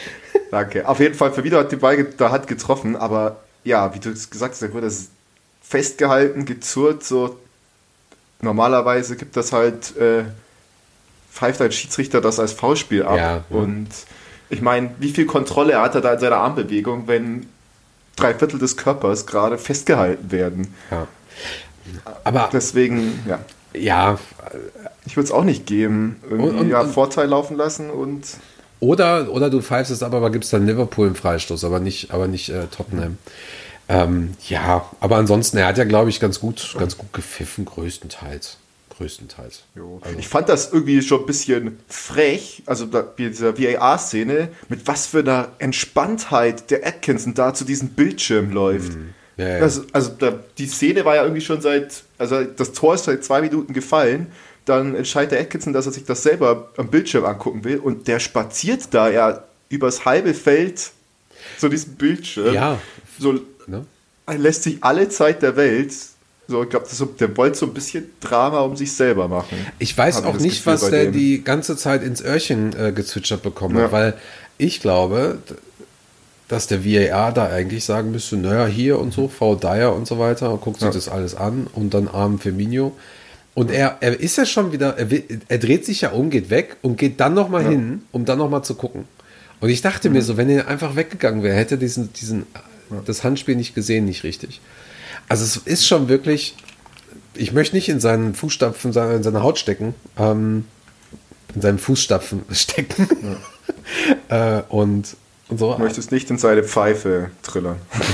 Danke. Auf jeden Fall, Firmino hat den Ball ge- da hat getroffen, aber ja, wie du es gesagt hast, da wurde das festgehalten, gezurrt, so normalerweise gibt das halt, äh, pfeift ein Schiedsrichter das als Foulspiel ab. Ja, ja. Und ich meine, wie viel Kontrolle hat er da in seiner Armbewegung, wenn drei Viertel des Körpers gerade festgehalten werden? Ja. Aber deswegen, ja. Ja. Ich würde es auch nicht geben. Irgendwie Und, und, ja, und, Vorteil laufen lassen und. Oder, oder du pfeifst es ab, aber gibst dann Liverpool einen Freistoß, aber nicht, aber nicht äh, Tottenham. Ähm, ja, aber ansonsten, er hat ja, glaube ich, ganz gut, ganz gut gepfiffen, größtenteils. Größtenteils. Also. Ich fand das irgendwie schon ein bisschen frech, also da, dieser V A R-Szene, mit was für einer Entspanntheit der Atkinson da zu diesem Bildschirm läuft. Mm. Ja, ja. Also, also da, die Szene war ja irgendwie schon seit, also das Tor ist seit zwei Minuten gefallen, dann entscheidet der Atkinson, dass er sich das selber am Bildschirm angucken will und der spaziert da ja übers halbe Feld zu diesem Bildschirm. Ja. So, ne? Er lässt sich alle Zeit der Welt. So, ich glaube, so, der wollte so ein bisschen Drama um sich selber machen. Ich weiß Hab auch das nicht, Gefühl was bei der dem. die ganze Zeit ins Öhrchen äh, gezwitschert bekommen hat, Ja. weil ich glaube, d- dass der V A R da eigentlich sagen müsste, naja, hier und so, V. Dyer und so weiter, guckt sich Ja. das alles an und dann arm Firmino. Und er, er ist ja schon wieder, er, will, er dreht sich ja um, geht weg und geht dann nochmal Ja. hin, um dann nochmal zu gucken. Und ich dachte mir so, wenn er einfach weggegangen wäre, hätte diesen, diesen, das Handspiel nicht gesehen, nicht richtig. Also es ist schon wirklich, ich möchte nicht in seinen Fußstapfen, in seine Haut stecken, ähm, in seinen Fußstapfen stecken. Ja. äh, und, und so. Du möchtest nicht in seine Pfeife trillern.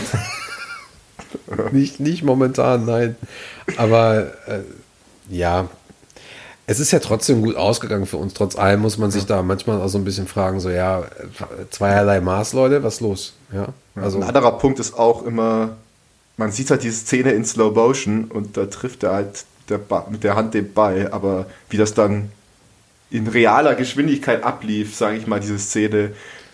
nicht, nicht momentan, nein. Aber äh, ja, es ist ja trotzdem gut ausgegangen für uns. Trotz allem muss man sich ja. da manchmal auch so ein bisschen fragen, so ja, zweierlei Maß, Leute, was ist los? Ja, also, ein anderer Punkt ist auch immer, man sieht halt diese Szene in Slow Motion und da trifft er halt der ba- mit der Hand den Ball, aber wie das dann in realer Geschwindigkeit ablief, sage ich mal, diese Szene,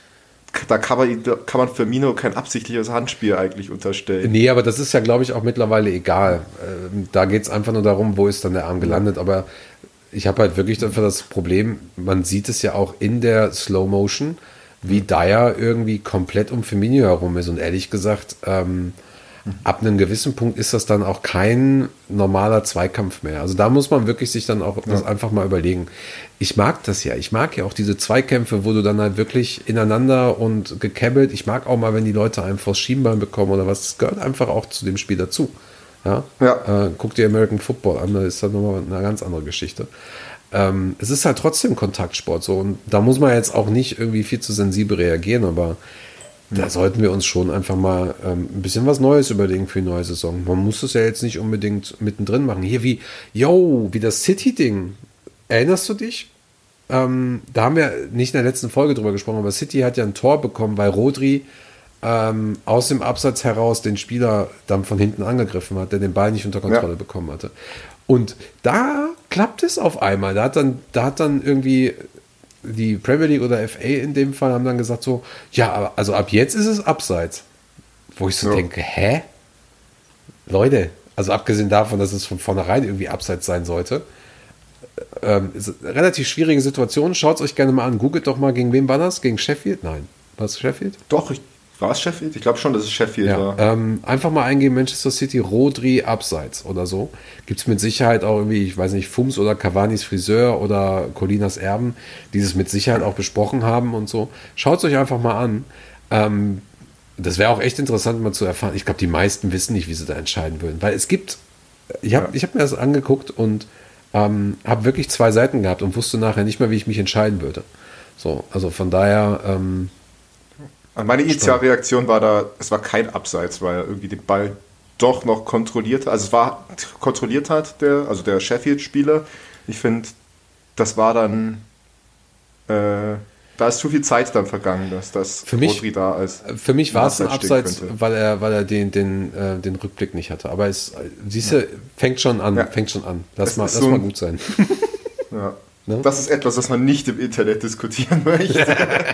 da kann man, da kann man Firmino kein absichtliches Handspiel eigentlich unterstellen. Nee, aber das ist ja, glaube ich, auch mittlerweile egal. Ähm, da geht es einfach nur darum, wo ist dann der Arm gelandet. Aber ich habe halt wirklich dafür das Problem, man sieht es ja auch in der Slow Motion, wie Dyer irgendwie komplett um Firmino herum ist. Und ehrlich gesagt, ähm, ab einem gewissen Punkt ist das dann auch kein normaler Zweikampf mehr. Also da muss man wirklich sich dann auch das Ja. einfach mal überlegen. Ich mag das ja. Ich mag ja auch diese Zweikämpfe, wo du dann halt wirklich ineinander und gekebbelt. Ich mag auch mal, wenn die Leute einem vors Schienbein bekommen oder was. Das gehört einfach auch zu dem Spiel dazu. Ja? Ja. Äh, guck dir American Football an, da ist dann nochmal eine ganz andere Geschichte. Ähm, es ist halt trotzdem Kontaktsport so und da muss man jetzt auch nicht irgendwie viel zu sensibel reagieren, aber da sollten wir uns schon einfach mal ähm, ein bisschen was Neues überlegen für die neue Saison. Man muss es ja jetzt nicht unbedingt mittendrin machen. Hier wie, yo, wie das City-Ding. Erinnerst du dich? Ähm, da haben wir nicht in der letzten Folge drüber gesprochen, aber City hat ja ein Tor bekommen, weil Rodri ähm, aus dem Abseits heraus den Spieler dann von hinten angegriffen hat, der den Ball nicht unter Kontrolle Ja. bekommen hatte. Und da klappt es auf einmal. Da hat dann, da hat dann irgendwie die Premier League oder F A in dem Fall haben dann gesagt so, ja, aber also ab jetzt ist es Abseits. Wo ich so Ja. denke, hä? Leute, also abgesehen davon, dass es von vornherein irgendwie Abseits sein sollte, ähm, ist eine relativ schwierige Situation. Schaut es euch gerne mal an. Googelt doch mal, gegen wen war das? Gegen Sheffield? Nein. War es Sheffield? Doch, ich, war es Sheffield? Ich glaube schon, dass es Sheffield Ja, war. ähm, einfach mal eingeben, Manchester City, Rodri, Abseits oder so. Gibt es mit Sicherheit auch irgendwie, ich weiß nicht, Fums oder Cavanis Friseur oder Colinas Erben, die es mit Sicherheit auch besprochen haben und so. Schaut es euch einfach mal an. Ähm, das wäre auch echt interessant mal zu erfahren. Ich glaube, die meisten wissen nicht, wie sie da entscheiden würden. Weil es gibt, ich habe Ja. ich hab mir das angeguckt und ähm, habe wirklich zwei Seiten gehabt und wusste nachher nicht mehr, wie ich mich entscheiden würde. So, also von daher, ähm, Meine Initialreaktion war da, es war kein Abseits, weil er irgendwie den Ball doch noch kontrolliert hat. Also es war kontrolliert hat, der, also der Sheffield-Spieler. Ich finde, das war dann, äh, da ist zu viel Zeit dann vergangen, dass das Für mich- Rodri da ist. Für mich war es ein Abseits stehen Abseits, könnte. weil er, weil er den, den, äh, den Rückblick nicht hatte. Aber es, siehst du, fängt schon an, Ja. fängt schon an. Lass Es mal, ist lass so mal ein- gut sein. Ja. Ne? Das ist etwas, was man nicht im Internet diskutieren möchte.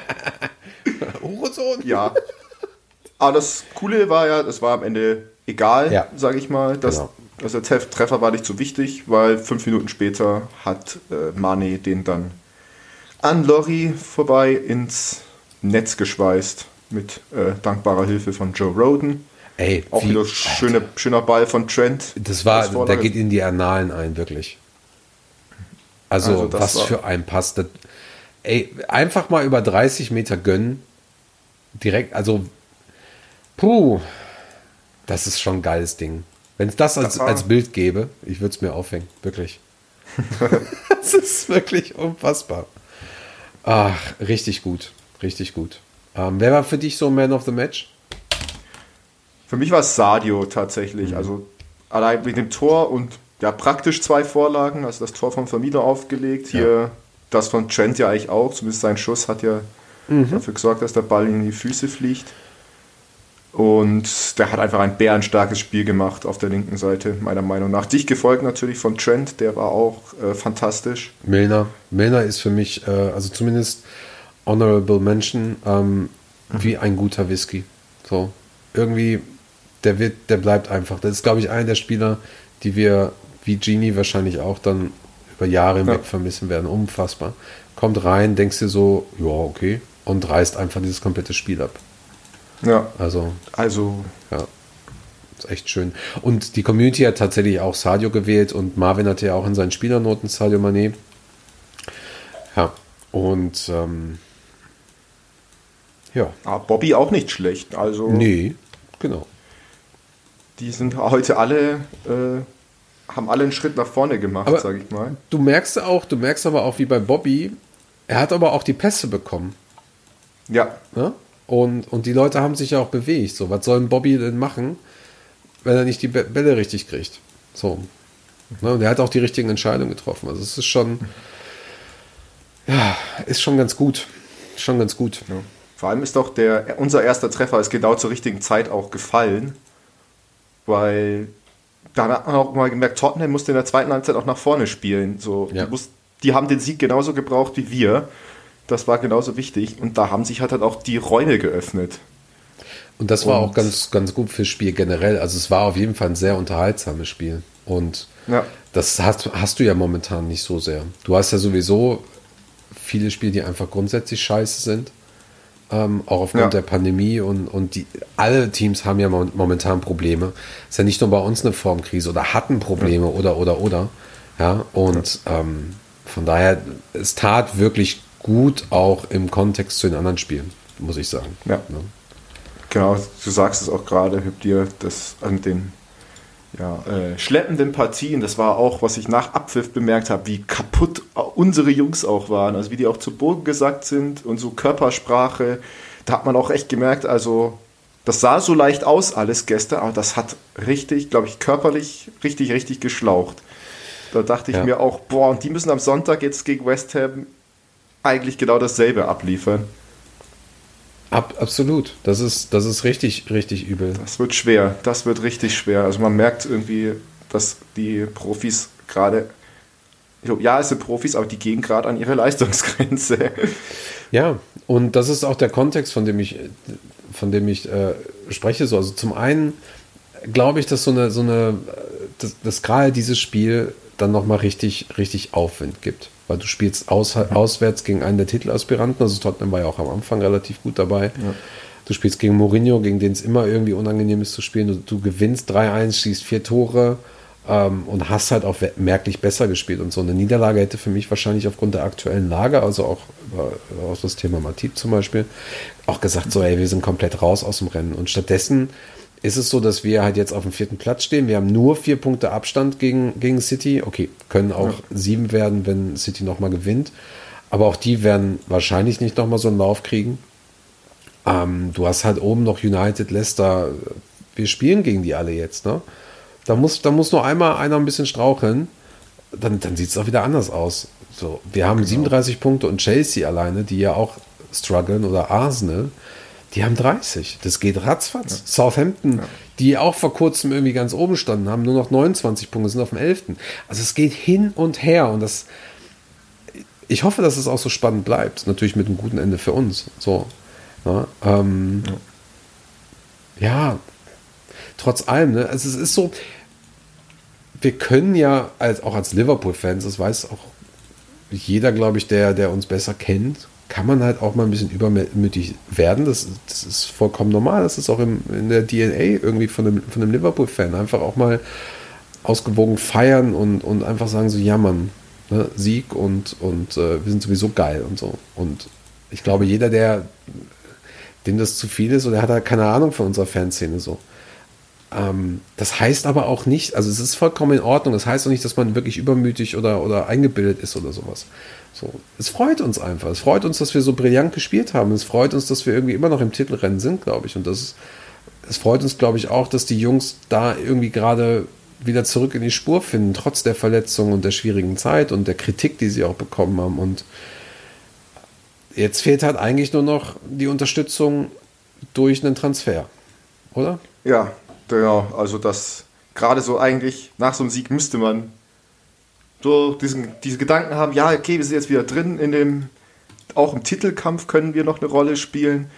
Hurensohn! Ja. Aber das Coole war ja, es war am Ende egal, Ja. sage ich mal. Das, Genau. also der Treff- Treffer war nicht so wichtig, weil fünf Minuten später hat äh, Mane den dann an Lorry vorbei ins Netz geschweißt mit äh, dankbarer Hilfe von Joe Roden. Ey, auch wie, wieder schöne, schöner Ball von Trent. Das war, der geht in die Annalen ein, wirklich. Also, Also das was war- für ein Pass. Das, ey, einfach mal über dreißig Meter gönnen. Direkt, also, puh, das ist schon ein geiles Ding. Wenn es das als, Das war- als Bild gäbe, ich würde es mir aufhängen, wirklich. Das ist wirklich unfassbar. Ach, richtig gut, richtig gut. Ähm, wer war für dich so Man of the Match? Für mich war es Sadio tatsächlich. Also allein mit dem Tor und ja praktisch zwei Vorlagen. Also das Tor von Firmino aufgelegt. Hier das von Trent ja eigentlich auch. Zumindest sein Schuss hat ja dafür gesorgt, dass der Ball in die Füße fliegt. Und der hat einfach ein bärenstarkes Spiel gemacht auf der linken Seite, meiner Meinung nach. Dich gefolgt natürlich von Trent, der war auch äh, fantastisch. Milner. Milner ist für mich, äh, also zumindest Honorable Mention, ähm, wie ein guter Whisky. So, irgendwie, der wird, der bleibt einfach. Das ist, glaube ich, einer der Spieler, die wir, wie Genie wahrscheinlich auch dann über Jahre hinweg Ja. vermissen werden. Unfassbar. Kommt rein, denkst dir so, ja, okay, und reißt einfach dieses komplette Spiel ab. Ja, Also, also ja, ist echt schön. Und die Community hat tatsächlich auch Sadio gewählt und Marvin hatte ja auch in seinen Spielernoten Sadio Mané. Ja, und ähm, ja, ah, Bobby auch nicht schlecht. Also nee, genau. die sind heute alle, äh, haben alle einen Schritt nach vorne gemacht, Aber- sage ich mal. Du merkst auch, du merkst aber auch wie bei Bobby, er hat aber auch die Pässe bekommen. Ja, Ne? Und, und die Leute haben sich ja auch bewegt. So, was soll ein Bobby denn machen, wenn er nicht die Bä- Bälle richtig kriegt? So. Ne? Und er hat auch die richtigen Entscheidungen getroffen. Also es ist schon, ja, ist schon ganz gut. Schon ganz gut. ja. Vor allem ist doch der, unser erster Treffer ist genau zur richtigen Zeit auch gefallen, weil da hat man auch mal gemerkt, Tottenham musste in der zweiten Halbzeit auch nach vorne spielen. So, Ja. die, muss, die haben den Sieg genauso gebraucht wie wir. Das war genauso wichtig und da haben sich halt, halt auch die Räume geöffnet. Und das war Und- auch ganz, ganz gut fürs Spiel generell. Also es war auf jeden Fall ein sehr unterhaltsames Spiel. Und Ja. das hast, hast du ja momentan nicht so sehr. Du hast ja sowieso viele Spiele, die einfach grundsätzlich scheiße sind. Ähm, auch aufgrund Ja. der Pandemie und, und die, alle Teams haben ja mo- momentan Probleme. Ist ja nicht nur bei uns eine Formkrise oder hatten Probleme oder, oder, oder. Ja, und ähm, von daher, es tat wirklich gut auch im Kontext zu den anderen Spielen, muss ich sagen. Ja. Ne? Genau, du sagst es auch gerade, hab dir das an den ja, äh, schleppenden Partien, das war auch, was ich nach Abpfiff bemerkt habe, wie kaputt unsere Jungs auch waren, also wie die auch zu Boden gesackt sind und so Körpersprache, da hat man auch echt gemerkt, also das sah so leicht aus alles gestern, aber das hat richtig, glaube ich, körperlich richtig, richtig geschlaucht. Da dachte ich Ja. mir auch, boah, und die müssen am Sonntag jetzt gegen West Ham eigentlich genau dasselbe abliefern. Ab, absolut. Das ist, das ist richtig, richtig übel. Das wird schwer, das wird richtig schwer. Also man merkt irgendwie, dass die Profis gerade, ja, es sind Profis, aber die gehen gerade an ihre Leistungsgrenze. Ja, und das ist auch der Kontext, von dem ich, von dem ich äh, spreche. So, also zum einen glaube ich, dass so eine, so eine, dass, dass gerade dieses Spiel dann nochmal richtig, richtig Aufwind gibt. Weil du spielst aus, auswärts gegen einen der Titelaspiranten, also Tottenham war ja auch am Anfang relativ gut dabei. Ja. Du spielst gegen Mourinho, gegen den es immer irgendwie unangenehm ist zu spielen. Du, du gewinnst drei eins, schießt vier Tore ähm, und hast halt auch merklich besser gespielt. Und so eine Niederlage hätte für mich wahrscheinlich aufgrund der aktuellen Lage, also auch über, auch das Thema Matip zum Beispiel, auch gesagt, so ey, wir sind komplett raus aus dem Rennen. Und stattdessen ist es so, dass wir halt jetzt auf dem vierten Platz stehen. Wir haben nur vier Punkte Abstand gegen, gegen City. Okay, können auch ja. sieben werden, wenn City nochmal gewinnt. Aber auch die werden wahrscheinlich nicht nochmal so einen Lauf kriegen. Ähm, du hast halt oben noch United, Leicester. Wir spielen gegen die alle jetzt. Ne? Da, muss, da muss nur einmal einer ein bisschen straucheln. Dann, dann sieht es auch wieder anders aus. So, wir haben genau. siebenunddreißig Punkte und Chelsea alleine, die ja auch strugglen, oder Arsenal. Die haben dreißig. Das geht ratzfatz. Ja. Southampton, ja. die auch vor kurzem irgendwie ganz oben standen, haben nur noch neunundzwanzig Punkte, sind auf dem elften. Also es geht hin und her und das. Ich hoffe, dass es auch so spannend bleibt. Natürlich mit einem guten Ende für uns. So. Ja, ähm, ja. ja trotz allem, ne? Also es ist so, wir können ja als, auch als Liverpool-Fans, das weiß auch jeder, glaube ich, der, der uns besser kennt, kann man halt auch mal ein bisschen übermütig werden. Das, das ist vollkommen normal. Das ist auch im, in der D N A irgendwie von einem, von einem Liverpool-Fan. Einfach auch mal ausgewogen feiern und, und einfach sagen so, ja Mann, ne, Sieg und, und äh, wir sind sowieso geil und so. Und ich glaube, jeder, der dem das zu viel ist oder hat halt keine Ahnung von unserer Fanszene so. Ähm, das heißt aber auch nicht, also es ist vollkommen in Ordnung, das heißt auch nicht, dass man wirklich übermütig oder, oder eingebildet ist oder sowas. So, es freut uns einfach. Es freut uns, dass wir so brillant gespielt haben. Es freut uns, dass wir irgendwie immer noch im Titelrennen sind, glaube ich. Und das ist, es freut uns, glaube ich, auch, dass die Jungs da irgendwie gerade wieder zurück in die Spur finden, trotz der Verletzung und der schwierigen Zeit und der Kritik, die sie auch bekommen haben. Und jetzt fehlt halt eigentlich nur noch die Unterstützung durch einen Transfer, oder? Ja, genau. Also das gerade so eigentlich nach so einem Sieg müsste man so diesen, diese Gedanken haben, ja, okay, wir sind jetzt wieder drin in dem, auch im Titelkampf können wir noch eine Rolle spielen,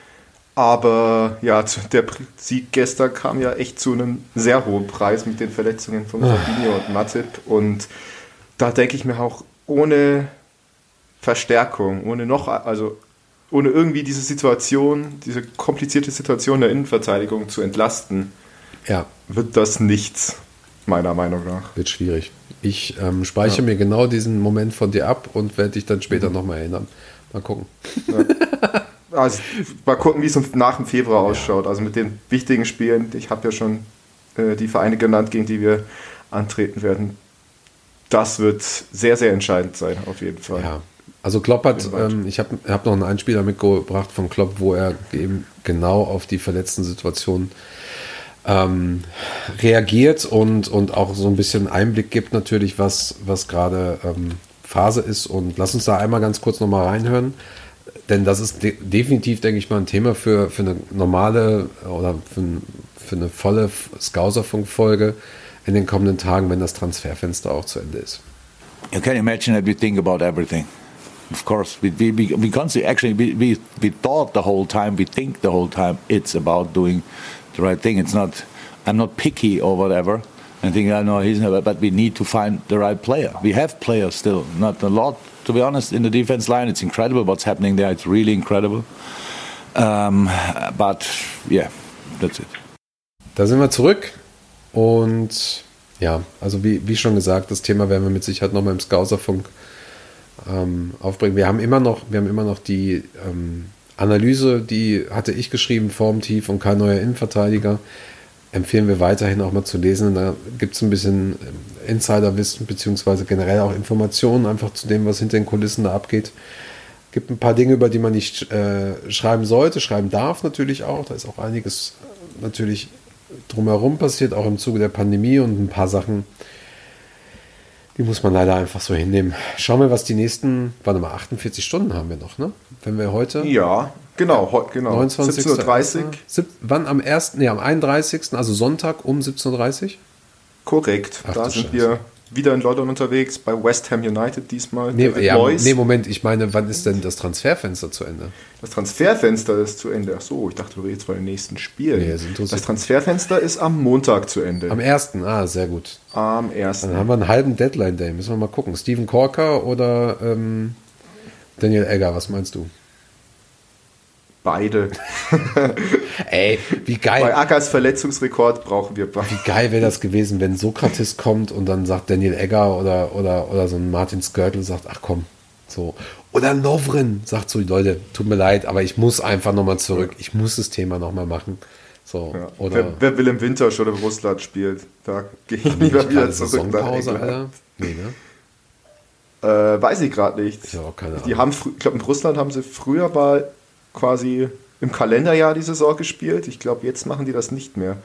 aber ja, der Sieg gestern kam ja echt zu einem sehr hohen Preis mit den Verletzungen von Fabinho und Matip und da denke ich mir auch, ohne Verstärkung, ohne noch, also ohne irgendwie diese Situation, diese komplizierte Situation der Innenverteidigung zu entlasten, ja, wird das nichts, meiner Meinung nach. Wird schwierig. Ich ähm, speichere ja. mir genau diesen Moment von dir ab und werde dich dann später mhm. nochmal erinnern. Mal gucken. Ja. Also, mal gucken, wie es nach dem Februar ausschaut. Also mit den wichtigen Spielen, ich habe ja schon äh, die Vereine genannt, gegen die wir antreten werden. Das wird sehr, sehr entscheidend sein, auf jeden Fall. Ja. Also Klopp hat, ähm, ich habe hab noch einen Einspieler mitgebracht von Klopp, wo er eben genau auf die verletzten Situationen ähm, reagiert und, und auch so ein bisschen Einblick gibt natürlich, was, was gerade ähm, Phase ist. Und lass uns da einmal ganz kurz nochmal reinhören, denn das ist de- definitiv, denke ich mal, ein Thema für, für eine normale oder für, für eine volle Scouser-Funk-Folge in den kommenden Tagen, wenn das Transferfenster auch zu Ende ist. You can imagine that we think about everything. Of course, we we we, we constantly actually we, we we thought the whole time, we think the whole time it's about doing the right thing. It's not. I'm not picky or whatever. I think I know he's never, but we need to find the right player. We have players still, not a lot, to be honest, in the defense line. It's incredible what's happening there. It's really incredible. Um, but yeah, that's it. Da sind wir zurück und ja, also wie, wie schon gesagt, das Thema werden wir mit Sicherheit nochmal im Scouserfunk ähm, aufbringen. Wir haben immer noch, wir haben immer noch die ähm, Analyse, die hatte ich geschrieben, Formtief und kein neuer Innenverteidiger. Empfehlen wir weiterhin auch mal zu lesen. Da gibt es ein bisschen Insiderwissen beziehungsweise generell auch Informationen einfach zu dem, was hinter den Kulissen da abgeht. Gibt ein paar Dinge, über die man nicht äh, schreiben sollte, schreiben darf natürlich auch. Da ist auch einiges natürlich drumherum passiert, auch im Zuge der Pandemie und ein paar Sachen, die muss man leider einfach so hinnehmen. Schauen wir, was die nächsten, warte mal, achtundvierzig Stunden haben wir noch, ne? Wenn wir heute... Ja, genau, heu, genau. neunundzwanzigsten siebzehn Uhr dreißig. Sieb, wann am ersten, nee, am einunddreißigsten, also Sonntag um siebzehn Uhr dreißig? Korrekt, Ach, da sind Scheiße. wir wieder in London unterwegs, bei West Ham United diesmal. Nee, David ja, Moyes. nee, Moment, ich meine, wann ist denn das Transferfenster zu Ende? Das Transferfenster ist zu Ende. Ach so, ich dachte, du redest von den nächsten Spielen. Nee, das interessiert- das Transferfenster ist am Montag zu Ende. Am ersten, ah, sehr gut. Am ersten. Dann haben wir einen halben Deadline-Day, müssen wir mal gucken. Steven Corker oder ähm, Daniel Egger, was meinst du? Beide. Ey, wie geil. Bei Ackers Verletzungsrekord brauchen wir beide. Wie geil wäre das gewesen, wenn Sokrates kommt und dann sagt Daniel Egger oder, oder, oder so ein Martin Skirtle sagt, ach komm, so. Oder Lovren sagt so, Leute, tut mir leid, aber ich muss einfach nochmal zurück. Ich muss das Thema nochmal machen. So, Ja. oder Wer, wer will im Winter schon in Russland spielt, da gehe ich lieber wieder gerade zurück nach Saisonpause, England. Alter? Nee, ne? Äh, weiß ich gerade nicht. Ich habe auch keine Die Ahnung. haben, frü- ich glaube, in Russland haben sie früher mal quasi im Kalenderjahr die Saison gespielt. Ich glaube, jetzt machen die das nicht mehr.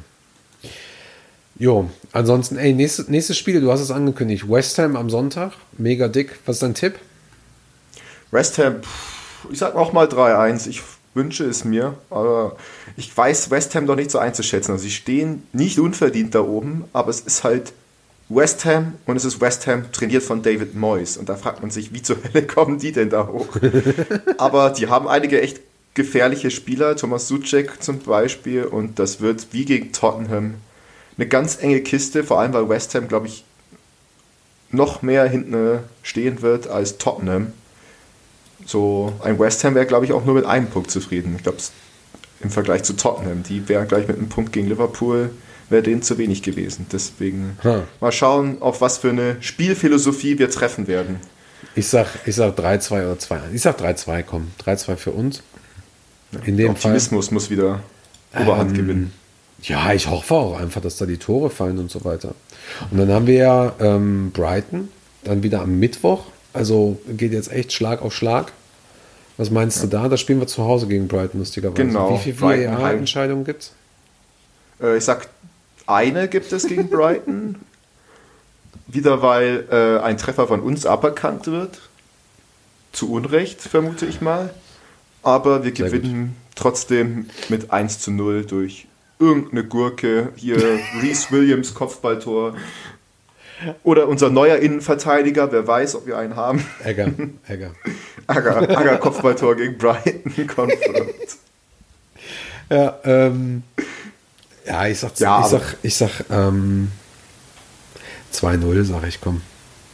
Jo, ansonsten, ey, nächstes, nächstes Spiel, du hast es angekündigt. West Ham am Sonntag, mega dick. Was ist dein Tipp? West Ham, pff, ich sag auch mal drei eins. Ich wünsche es mir, aber ich weiß West Ham doch nicht so einzuschätzen. Also sie stehen nicht unverdient da oben, aber es ist halt West Ham und es ist West Ham trainiert von David Moyes. Und da fragt man sich, wie zur Hölle kommen die denn da hoch? Aber die haben einige echt gefährliche Spieler, Thomas Souček zum Beispiel, und das wird wie gegen Tottenham eine ganz enge Kiste, vor allem weil West Ham, glaube ich, noch mehr hinten stehen wird als Tottenham. so ein West Ham wäre, glaube ich, auch nur mit einem Punkt zufrieden. Ich glaube, im Vergleich zu Tottenham, die wären gleich mit einem Punkt gegen Liverpool, wäre denen zu wenig gewesen. Deswegen hm. mal schauen, auf was für eine Spielphilosophie wir treffen werden. Ich sag, ich sag drei zwei oder zwei eins. Ich sag drei zwei, komm. drei zwei für uns. In dem Optimismus Fall, muss wieder Oberhand ähm, gewinnen. Ja, ich hoffe auch einfach, dass da die Tore fallen und so weiter. Und dann haben wir ja ähm, Brighton, dann wieder am Mittwoch. Also geht jetzt echt Schlag auf Schlag. Was meinst ja. du da? Da spielen wir zu Hause gegen Brighton, lustigerweise. Genau. Wie viele V A R-Entscheidungen gibt es? Äh, ich sag, eine gibt es gegen Brighton. Wieder, weil äh, ein Treffer von uns aberkannt wird. Zu Unrecht, vermute ich mal. Aber wir Sehr gewinnen gut. trotzdem mit eins zu null durch irgendeine Gurke. Hier Reece Williams Kopfballtor. Oder unser neuer Innenverteidiger, wer weiß, ob wir einen haben. Egger, Egger. Agger, Agger Kopfballtor gegen Brighton, confirmed. Ja, ähm, ja, ich sag, ja, ich sag, ich sag ähm, zwei null, sag ich, komm.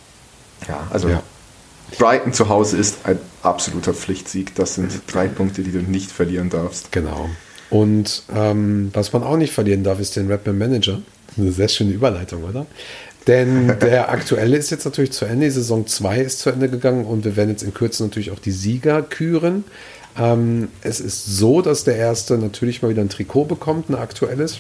Ja, also ja. Brighton zu Hause ist ein absoluter Pflichtsieg. Das sind drei Punkte, die du nicht verlieren darfst. Genau. Und ähm, was man auch nicht verlieren darf, ist den Redman Manager. Eine sehr schöne Überleitung, oder? Denn der aktuelle ist jetzt natürlich zu Ende. Die Saison zwei ist zu Ende gegangen und wir werden jetzt in Kürze natürlich auch die Sieger küren. Ähm, es ist so, dass der erste natürlich mal wieder ein Trikot bekommt, ein aktuelles.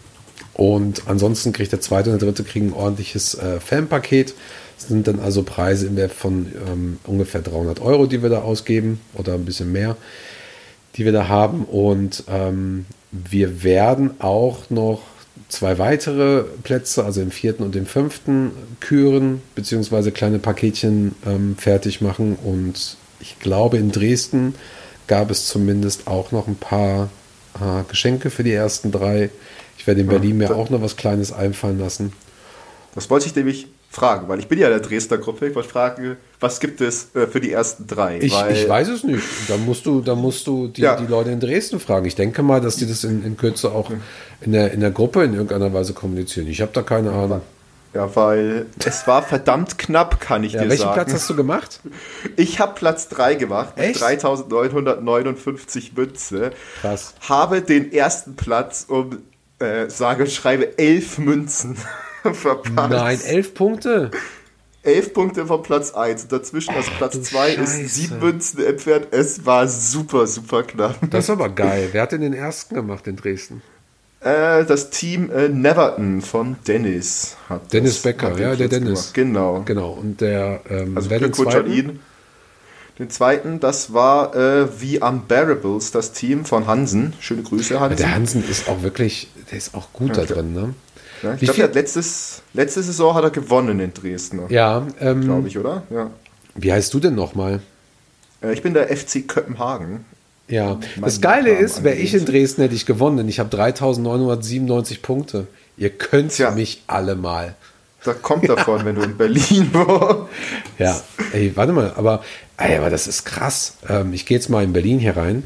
Und ansonsten kriegt der zweite und der dritte kriegen ein ordentliches äh, Fanpaket. Das sind dann also Preise im Wert von ähm, ungefähr dreihundert Euro, die wir da ausgeben oder ein bisschen mehr, die wir da haben. Und ähm, wir werden auch noch zwei weitere Plätze, also im vierten und im fünften küren, beziehungsweise kleine Paketchen ähm, fertig machen. Und ich glaube, in Dresden gab es zumindest auch noch ein paar äh, Geschenke für die ersten drei. Ich werde in Berlin mir auch noch was Kleines einfallen lassen. Das wollte ich nämlich fragen, weil ich bin ja in der Dresdner Gruppe. Ich wollte fragen, was gibt es äh, für die ersten drei? Ich, weil ich weiß es nicht. Da musst du, da musst du die, ja. die Leute in Dresden fragen. Ich denke mal, dass die das in, in Kürze auch in der, in der Gruppe in irgendeiner Weise kommunizieren. Ich habe da keine Ahnung. Ja, weil es war verdammt knapp, kann ich ja, dir welchen sagen. Welchen Platz hast du gemacht? Ich habe Platz drei gemacht Echt? mit dreitausendneunhundertneunundfünfzig Münze. Krass. Habe den ersten Platz um, äh, sage und schreibe, elf Münzen verpasst. Nein, elf Punkte? Elf Punkte von Platz eins. Und dazwischen, also Platz zwei ist sieben Münzen entfernt. Es war super, super knapp. Das ist aber geil. Wer hat denn den ersten gemacht in Dresden? Äh, das Team äh, Neverton von Dennis hat Dennis das, Becker, hat ja, der Dennis. Gemacht. Genau. Genau. Und der, ähm, also Glückwunsch an ihn. Den zweiten, das war äh, The Unbearables, das Team von Hansen. Schöne Grüße, Hansen. Der Hansen ist auch wirklich, der ist auch gut ja, da drin, ne? Ja, ich glaube, letztes letzte Saison hat er gewonnen in Dresden. Ja, ähm, glaube ich, oder? Ja. Wie heißt du denn nochmal? Äh, ich bin der F C Kopenhagen. Ja, das Geile ist, wäre ich in Dresden, hätte ich gewonnen. Ich habe dreitausendneunhundertsiebenundneunzig Punkte. Ihr könnt Tja. mich alle mal. Da kommt davon, wenn du in Berlin warst. Ja, ey, warte mal, aber, ey, aber das ist krass. Ähm, ich gehe jetzt mal in Berlin hier rein.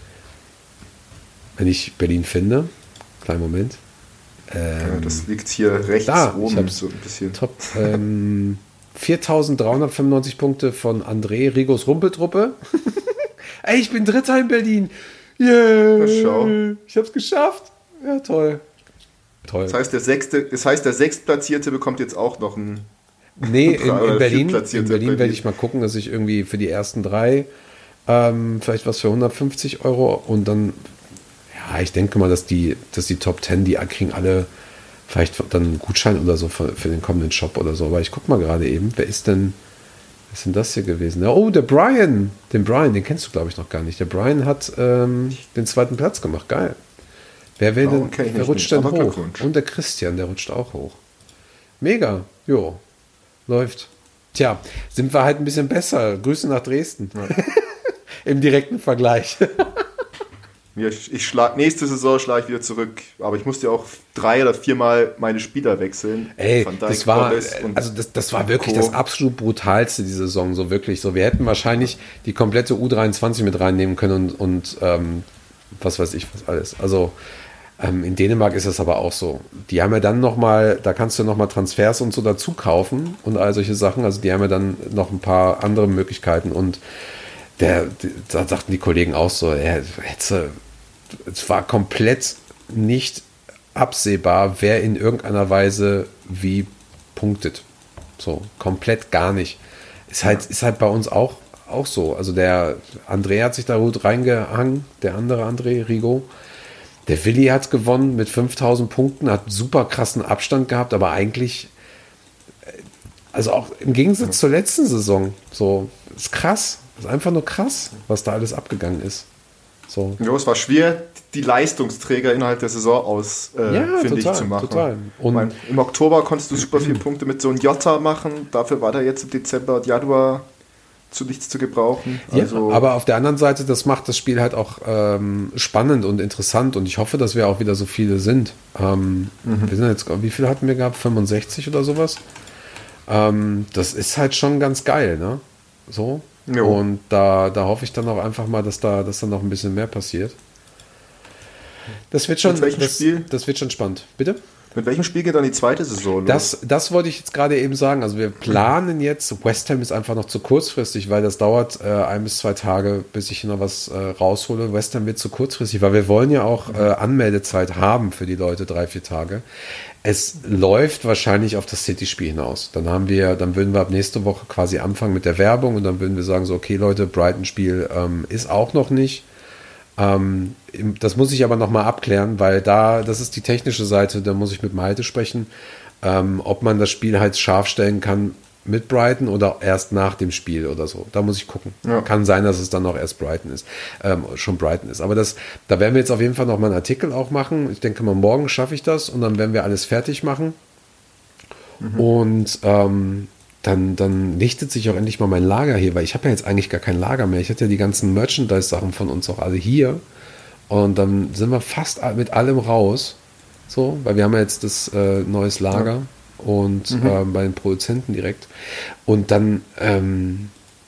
Wenn ich Berlin finde. Kleinen Moment. Ähm, ja, das liegt hier rechts da, oben so ein bisschen. Top. Ähm, viertausenddreihundertfünfundneunzig Punkte von André Rigos Rumpeltruppe. Ey, ich bin Dritter in Berlin. Yeah. Schau. Ich hab's geschafft. Ja, toll. Toll. Das heißt, der sechste, das heißt, der Sechstplatzierte bekommt jetzt auch noch einen. Nee, in, in Berlin, in Berlin werde ich mal gucken, dass ich irgendwie für die ersten drei ähm, vielleicht was für hundertfünfzig Euro und dann, ja, ich denke mal, dass die, dass die Top zehn, die kriegen alle vielleicht dann einen Gutschein oder so für, für den kommenden Shop oder so. Aber ich guck mal gerade eben, wer ist denn. Was ist denn das hier gewesen? Oh, der Brian. Den Brian, den kennst du, glaube ich, noch gar nicht. Der Brian hat ähm, den zweiten Platz gemacht. Geil. Wer, will oh, denn, wer rutscht denn hoch? Und der Christian, der rutscht auch hoch. Mega. Jo. Läuft. Tja, sind wir halt ein bisschen besser. Grüße nach Dresden. Ja. Im direkten Vergleich. Ich, ich schlag, nächste Saison schlage ich wieder zurück, aber ich musste ja auch drei oder viermal meine Spieler wechseln. Ey, das war, also das, das war wirklich Co. das absolut brutalste die Saison, so wirklich. So, wir hätten wahrscheinlich die komplette U dreiundzwanzig mit reinnehmen können und, und ähm, was weiß ich, was alles. Also ähm, in Dänemark ist das aber auch so. Die haben ja dann nochmal, da kannst du nochmal Transfers und so dazu kaufen und all solche Sachen. Also die haben ja dann noch ein paar andere Möglichkeiten und der, da sagten die Kollegen auch so, er hätte, es war komplett nicht absehbar, wer in irgendeiner Weise wie punktet. So, komplett gar nicht. Ist halt, ist halt bei uns auch, auch so. Also der André hat sich da gut reingehangen, der andere André, Rigo. Der Willi hat gewonnen mit fünftausend Punkten, hat super krassen Abstand gehabt, aber eigentlich, also auch im Gegensatz zur letzten Saison, so, ist krass. Ist einfach nur krass, was da alles abgegangen ist. So. Ja, es war schwer, die Leistungsträger innerhalb der Saison aus, äh, ja, finde ich, total, zu machen. Total. Und meine, im Oktober konntest du super viele Punkte mit so einem Jota machen, dafür war da jetzt im Dezember und Januar zu nichts zu gebrauchen. Also ja, aber auf der anderen Seite, das macht das Spiel halt auch ähm, spannend und interessant und ich hoffe, dass wir auch wieder so viele sind. Ähm, mhm. Wir sind jetzt, wie viele hatten wir gehabt? fünfundsechzig oder sowas? Ähm, das ist halt schon ganz geil, ne? So. Jo. Und da, da hoffe ich dann auch einfach mal, dass da, dass da noch ein bisschen mehr passiert. Das wird schon, Mit welchem das, Spiel? Das wird schon spannend. Bitte? Mit welchem Spiel geht dann die zweite Saison los? Das, das wollte ich jetzt gerade eben sagen. Also wir planen jetzt, West Ham ist einfach noch zu kurzfristig, weil das dauert äh, ein bis zwei Tage, bis ich hier noch was äh, raushole. West Ham wird zu kurzfristig, weil wir wollen ja auch äh, Anmeldezeit haben für die Leute, drei, vier Tage. Es läuft wahrscheinlich auf das City-Spiel hinaus. Dann haben wir, dann würden wir ab nächste Woche quasi anfangen mit der Werbung und dann würden wir sagen so, okay Leute, Brighton-Spiel ähm, ist auch noch nicht. Ähm, das muss ich aber nochmal abklären, weil da, das ist die technische Seite, da muss ich mit Malte sprechen, ähm, ob man das Spiel halt scharf stellen kann mit Brighton oder erst nach dem Spiel oder so. Da muss ich gucken. Ja. Kann sein, dass es dann noch erst Brighton ist, ähm, schon Brighton ist. Aber das, da werden wir jetzt auf jeden Fall nochmal einen Artikel auch machen. Ich denke mal, morgen schaffe ich das und dann werden wir alles fertig machen. Mhm. Und ähm, Dann, dann lichtet sich auch endlich mal mein Lager hier, weil ich habe ja jetzt eigentlich gar kein Lager mehr. Ich hatte ja die ganzen Merchandise-Sachen von uns auch alle hier und dann sind wir fast mit allem raus, so, weil wir haben ja jetzt das äh, neues Lager ja. und mhm. äh, bei den Produzenten direkt und dann ähm,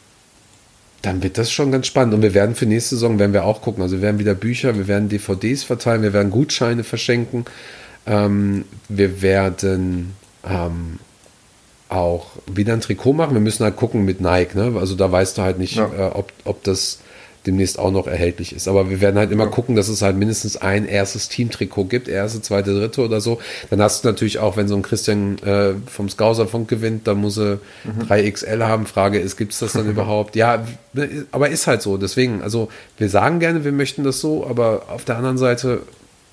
dann wird das schon ganz spannend und wir werden für nächste Saison, werden wir auch gucken, also wir werden wieder Bücher, wir werden D V Ds verteilen, wir werden Gutscheine verschenken, ähm, wir werden ähm, auch wieder ein Trikot machen. Wir müssen halt gucken mit Nike, ne? Also da weißt du halt nicht, ja. äh, ob, ob das demnächst auch noch erhältlich ist. Aber wir werden halt immer ja. gucken, dass es halt mindestens ein erstes Team-Trikot gibt, erste, zweite, dritte oder so. Dann hast du natürlich auch, wenn so ein Christian äh, vom Skauserfunk gewinnt, dann muss er mhm. drei X L haben. Frage ist, gibt es das dann überhaupt? Ja, aber ist halt so. Deswegen, also wir sagen gerne, wir möchten das so, aber auf der anderen Seite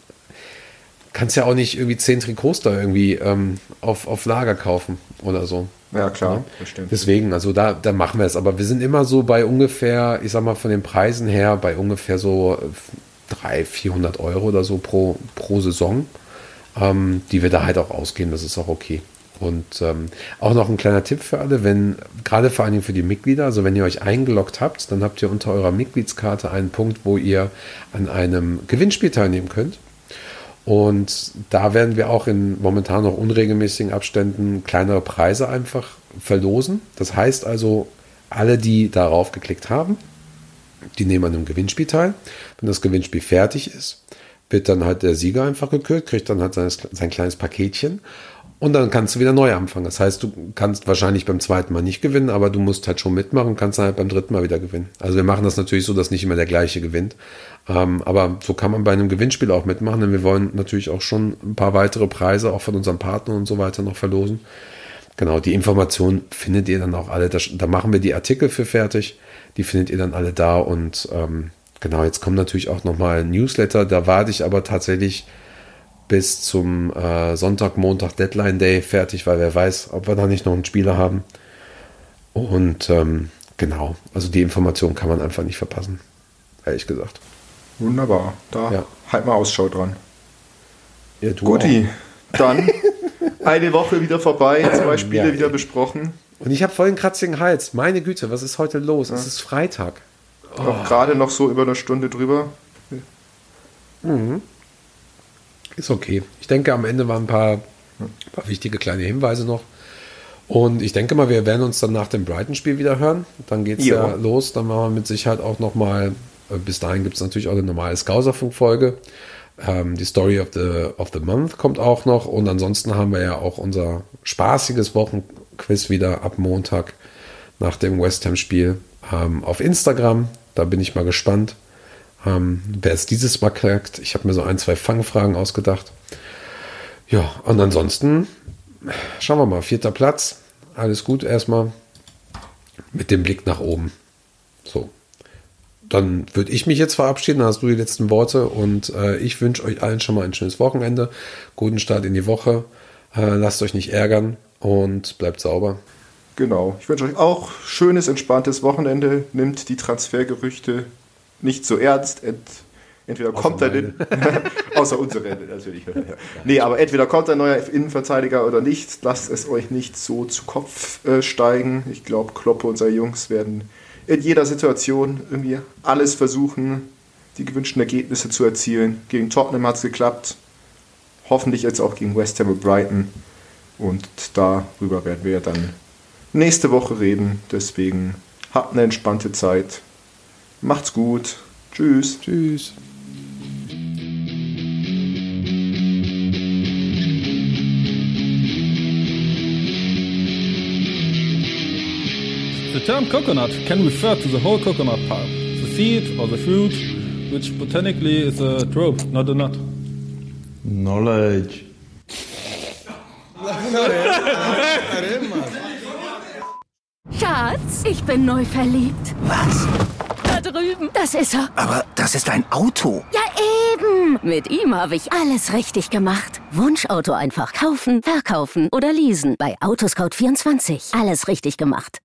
kannst ja auch nicht irgendwie zehn Trikots da irgendwie ähm, auf, auf Lager kaufen oder so. Ja, klar, ja. bestimmt. Deswegen, also da, da machen wir es. Aber wir sind immer so bei ungefähr, ich sag mal von den Preisen her, bei ungefähr so dreihundert, vierhundert Euro oder so pro, pro Saison, ähm, die wir da halt auch ausgeben. Das ist auch okay. Und ähm, auch noch ein kleiner Tipp für alle, wenn, gerade vor allen Dingen für die Mitglieder, also wenn ihr euch eingeloggt habt, dann habt ihr unter eurer Mitgliedskarte einen Punkt, wo ihr an einem Gewinnspiel teilnehmen könnt. Und da werden wir auch in momentan noch unregelmäßigen Abständen kleinere Preise einfach verlosen. Das heißt also, alle, die darauf geklickt haben, die nehmen an einem Gewinnspiel teil. Wenn das Gewinnspiel fertig ist, wird dann halt der Sieger einfach gekürt, kriegt dann halt sein, sein kleines Paketchen und dann kannst du wieder neu anfangen. Das heißt, du kannst wahrscheinlich beim zweiten Mal nicht gewinnen, aber du musst halt schon mitmachen und kannst dann halt beim dritten Mal wieder gewinnen. Also wir machen das natürlich so, dass nicht immer der gleiche gewinnt. Ähm, aber so kann man bei einem Gewinnspiel auch mitmachen, denn wir wollen natürlich auch schon ein paar weitere Preise auch von unseren Partnern und so weiter noch verlosen. Genau, die Informationen findet ihr dann auch alle. Da, da machen wir die Artikel für fertig. Die findet ihr dann alle da und ähm, genau, jetzt kommt natürlich auch nochmal ein Newsletter. Da warte ich aber tatsächlich bis zum äh, Sonntag, Montag, Deadline Day fertig, weil wer weiß, ob wir da nicht noch einen Spieler haben. Und ähm, genau, also die Information kann man einfach nicht verpassen, ehrlich gesagt. Wunderbar, da ja. halt mal Ausschau dran. Ja, du Guti, auch. Dann eine Woche wieder vorbei, zwei Spiele ja, wieder besprochen. Und ich habe voll einen kratzigen Hals. Meine Güte, was ist heute los? Ja. Es ist Freitag. Oh. Auch gerade noch so über eine Stunde drüber. Mhm. Ist okay. Ich denke, am Ende waren ein paar, ein paar wichtige kleine Hinweise noch. Und ich denke mal, wir werden uns dann nach dem Brighton-Spiel wieder hören. Dann geht es ja los. Dann machen wir mit Sicherheit auch nochmal, bis dahin gibt es natürlich auch eine normale Skauserfunk-Folge. Ähm, die Story of the, of the Month kommt auch noch. Und ansonsten haben wir ja auch unser spaßiges Wochenquiz wieder ab Montag nach dem West Ham-Spiel. ähm, auf Instagram. Da bin ich mal gespannt, ähm, wer es dieses Mal kriegt. Ich habe mir so ein, zwei Fangfragen ausgedacht. Ja, und ansonsten schauen wir mal. Vierter Platz. Alles gut erstmal. Mit dem Blick nach oben. So. Dann würde ich mich jetzt verabschieden. Dann hast du die letzten Worte. Und äh, ich wünsche euch allen schon mal ein schönes Wochenende. Guten Start in die Woche. Äh, lasst euch nicht ärgern und bleibt sauber. Genau. Ich wünsche euch auch schönes, entspanntes Wochenende. Nimmt die Transfergerüchte nicht so ernst. Ent, entweder außer kommt er außer unsere Ende natürlich. Nee, aber entweder kommt ein neuer Innenverteidiger oder nicht. Lasst es euch nicht so zu Kopf äh, steigen. Ich glaube, Kloppe und seine Jungs werden in jeder Situation irgendwie alles versuchen, die gewünschten Ergebnisse zu erzielen. Gegen Tottenham hat es geklappt. Hoffentlich jetzt auch gegen West Ham und Brighton. Und darüber werden wir dann nächste Woche reden. Deswegen habt eine entspannte Zeit. Macht's gut. Tschüss. Tschüss. The term coconut can refer to the whole coconut pulp, the seed or the fruit, which botanically is a drupe, not a nut. Knowledge. Schatz, ich bin neu verliebt. Was? Da drüben. Das ist er. Aber das ist ein Auto. Ja, eben. Mit ihm habe ich alles richtig gemacht. Wunschauto einfach kaufen, verkaufen oder leasen. Bei Autoscout vierundzwanzig. Alles richtig gemacht.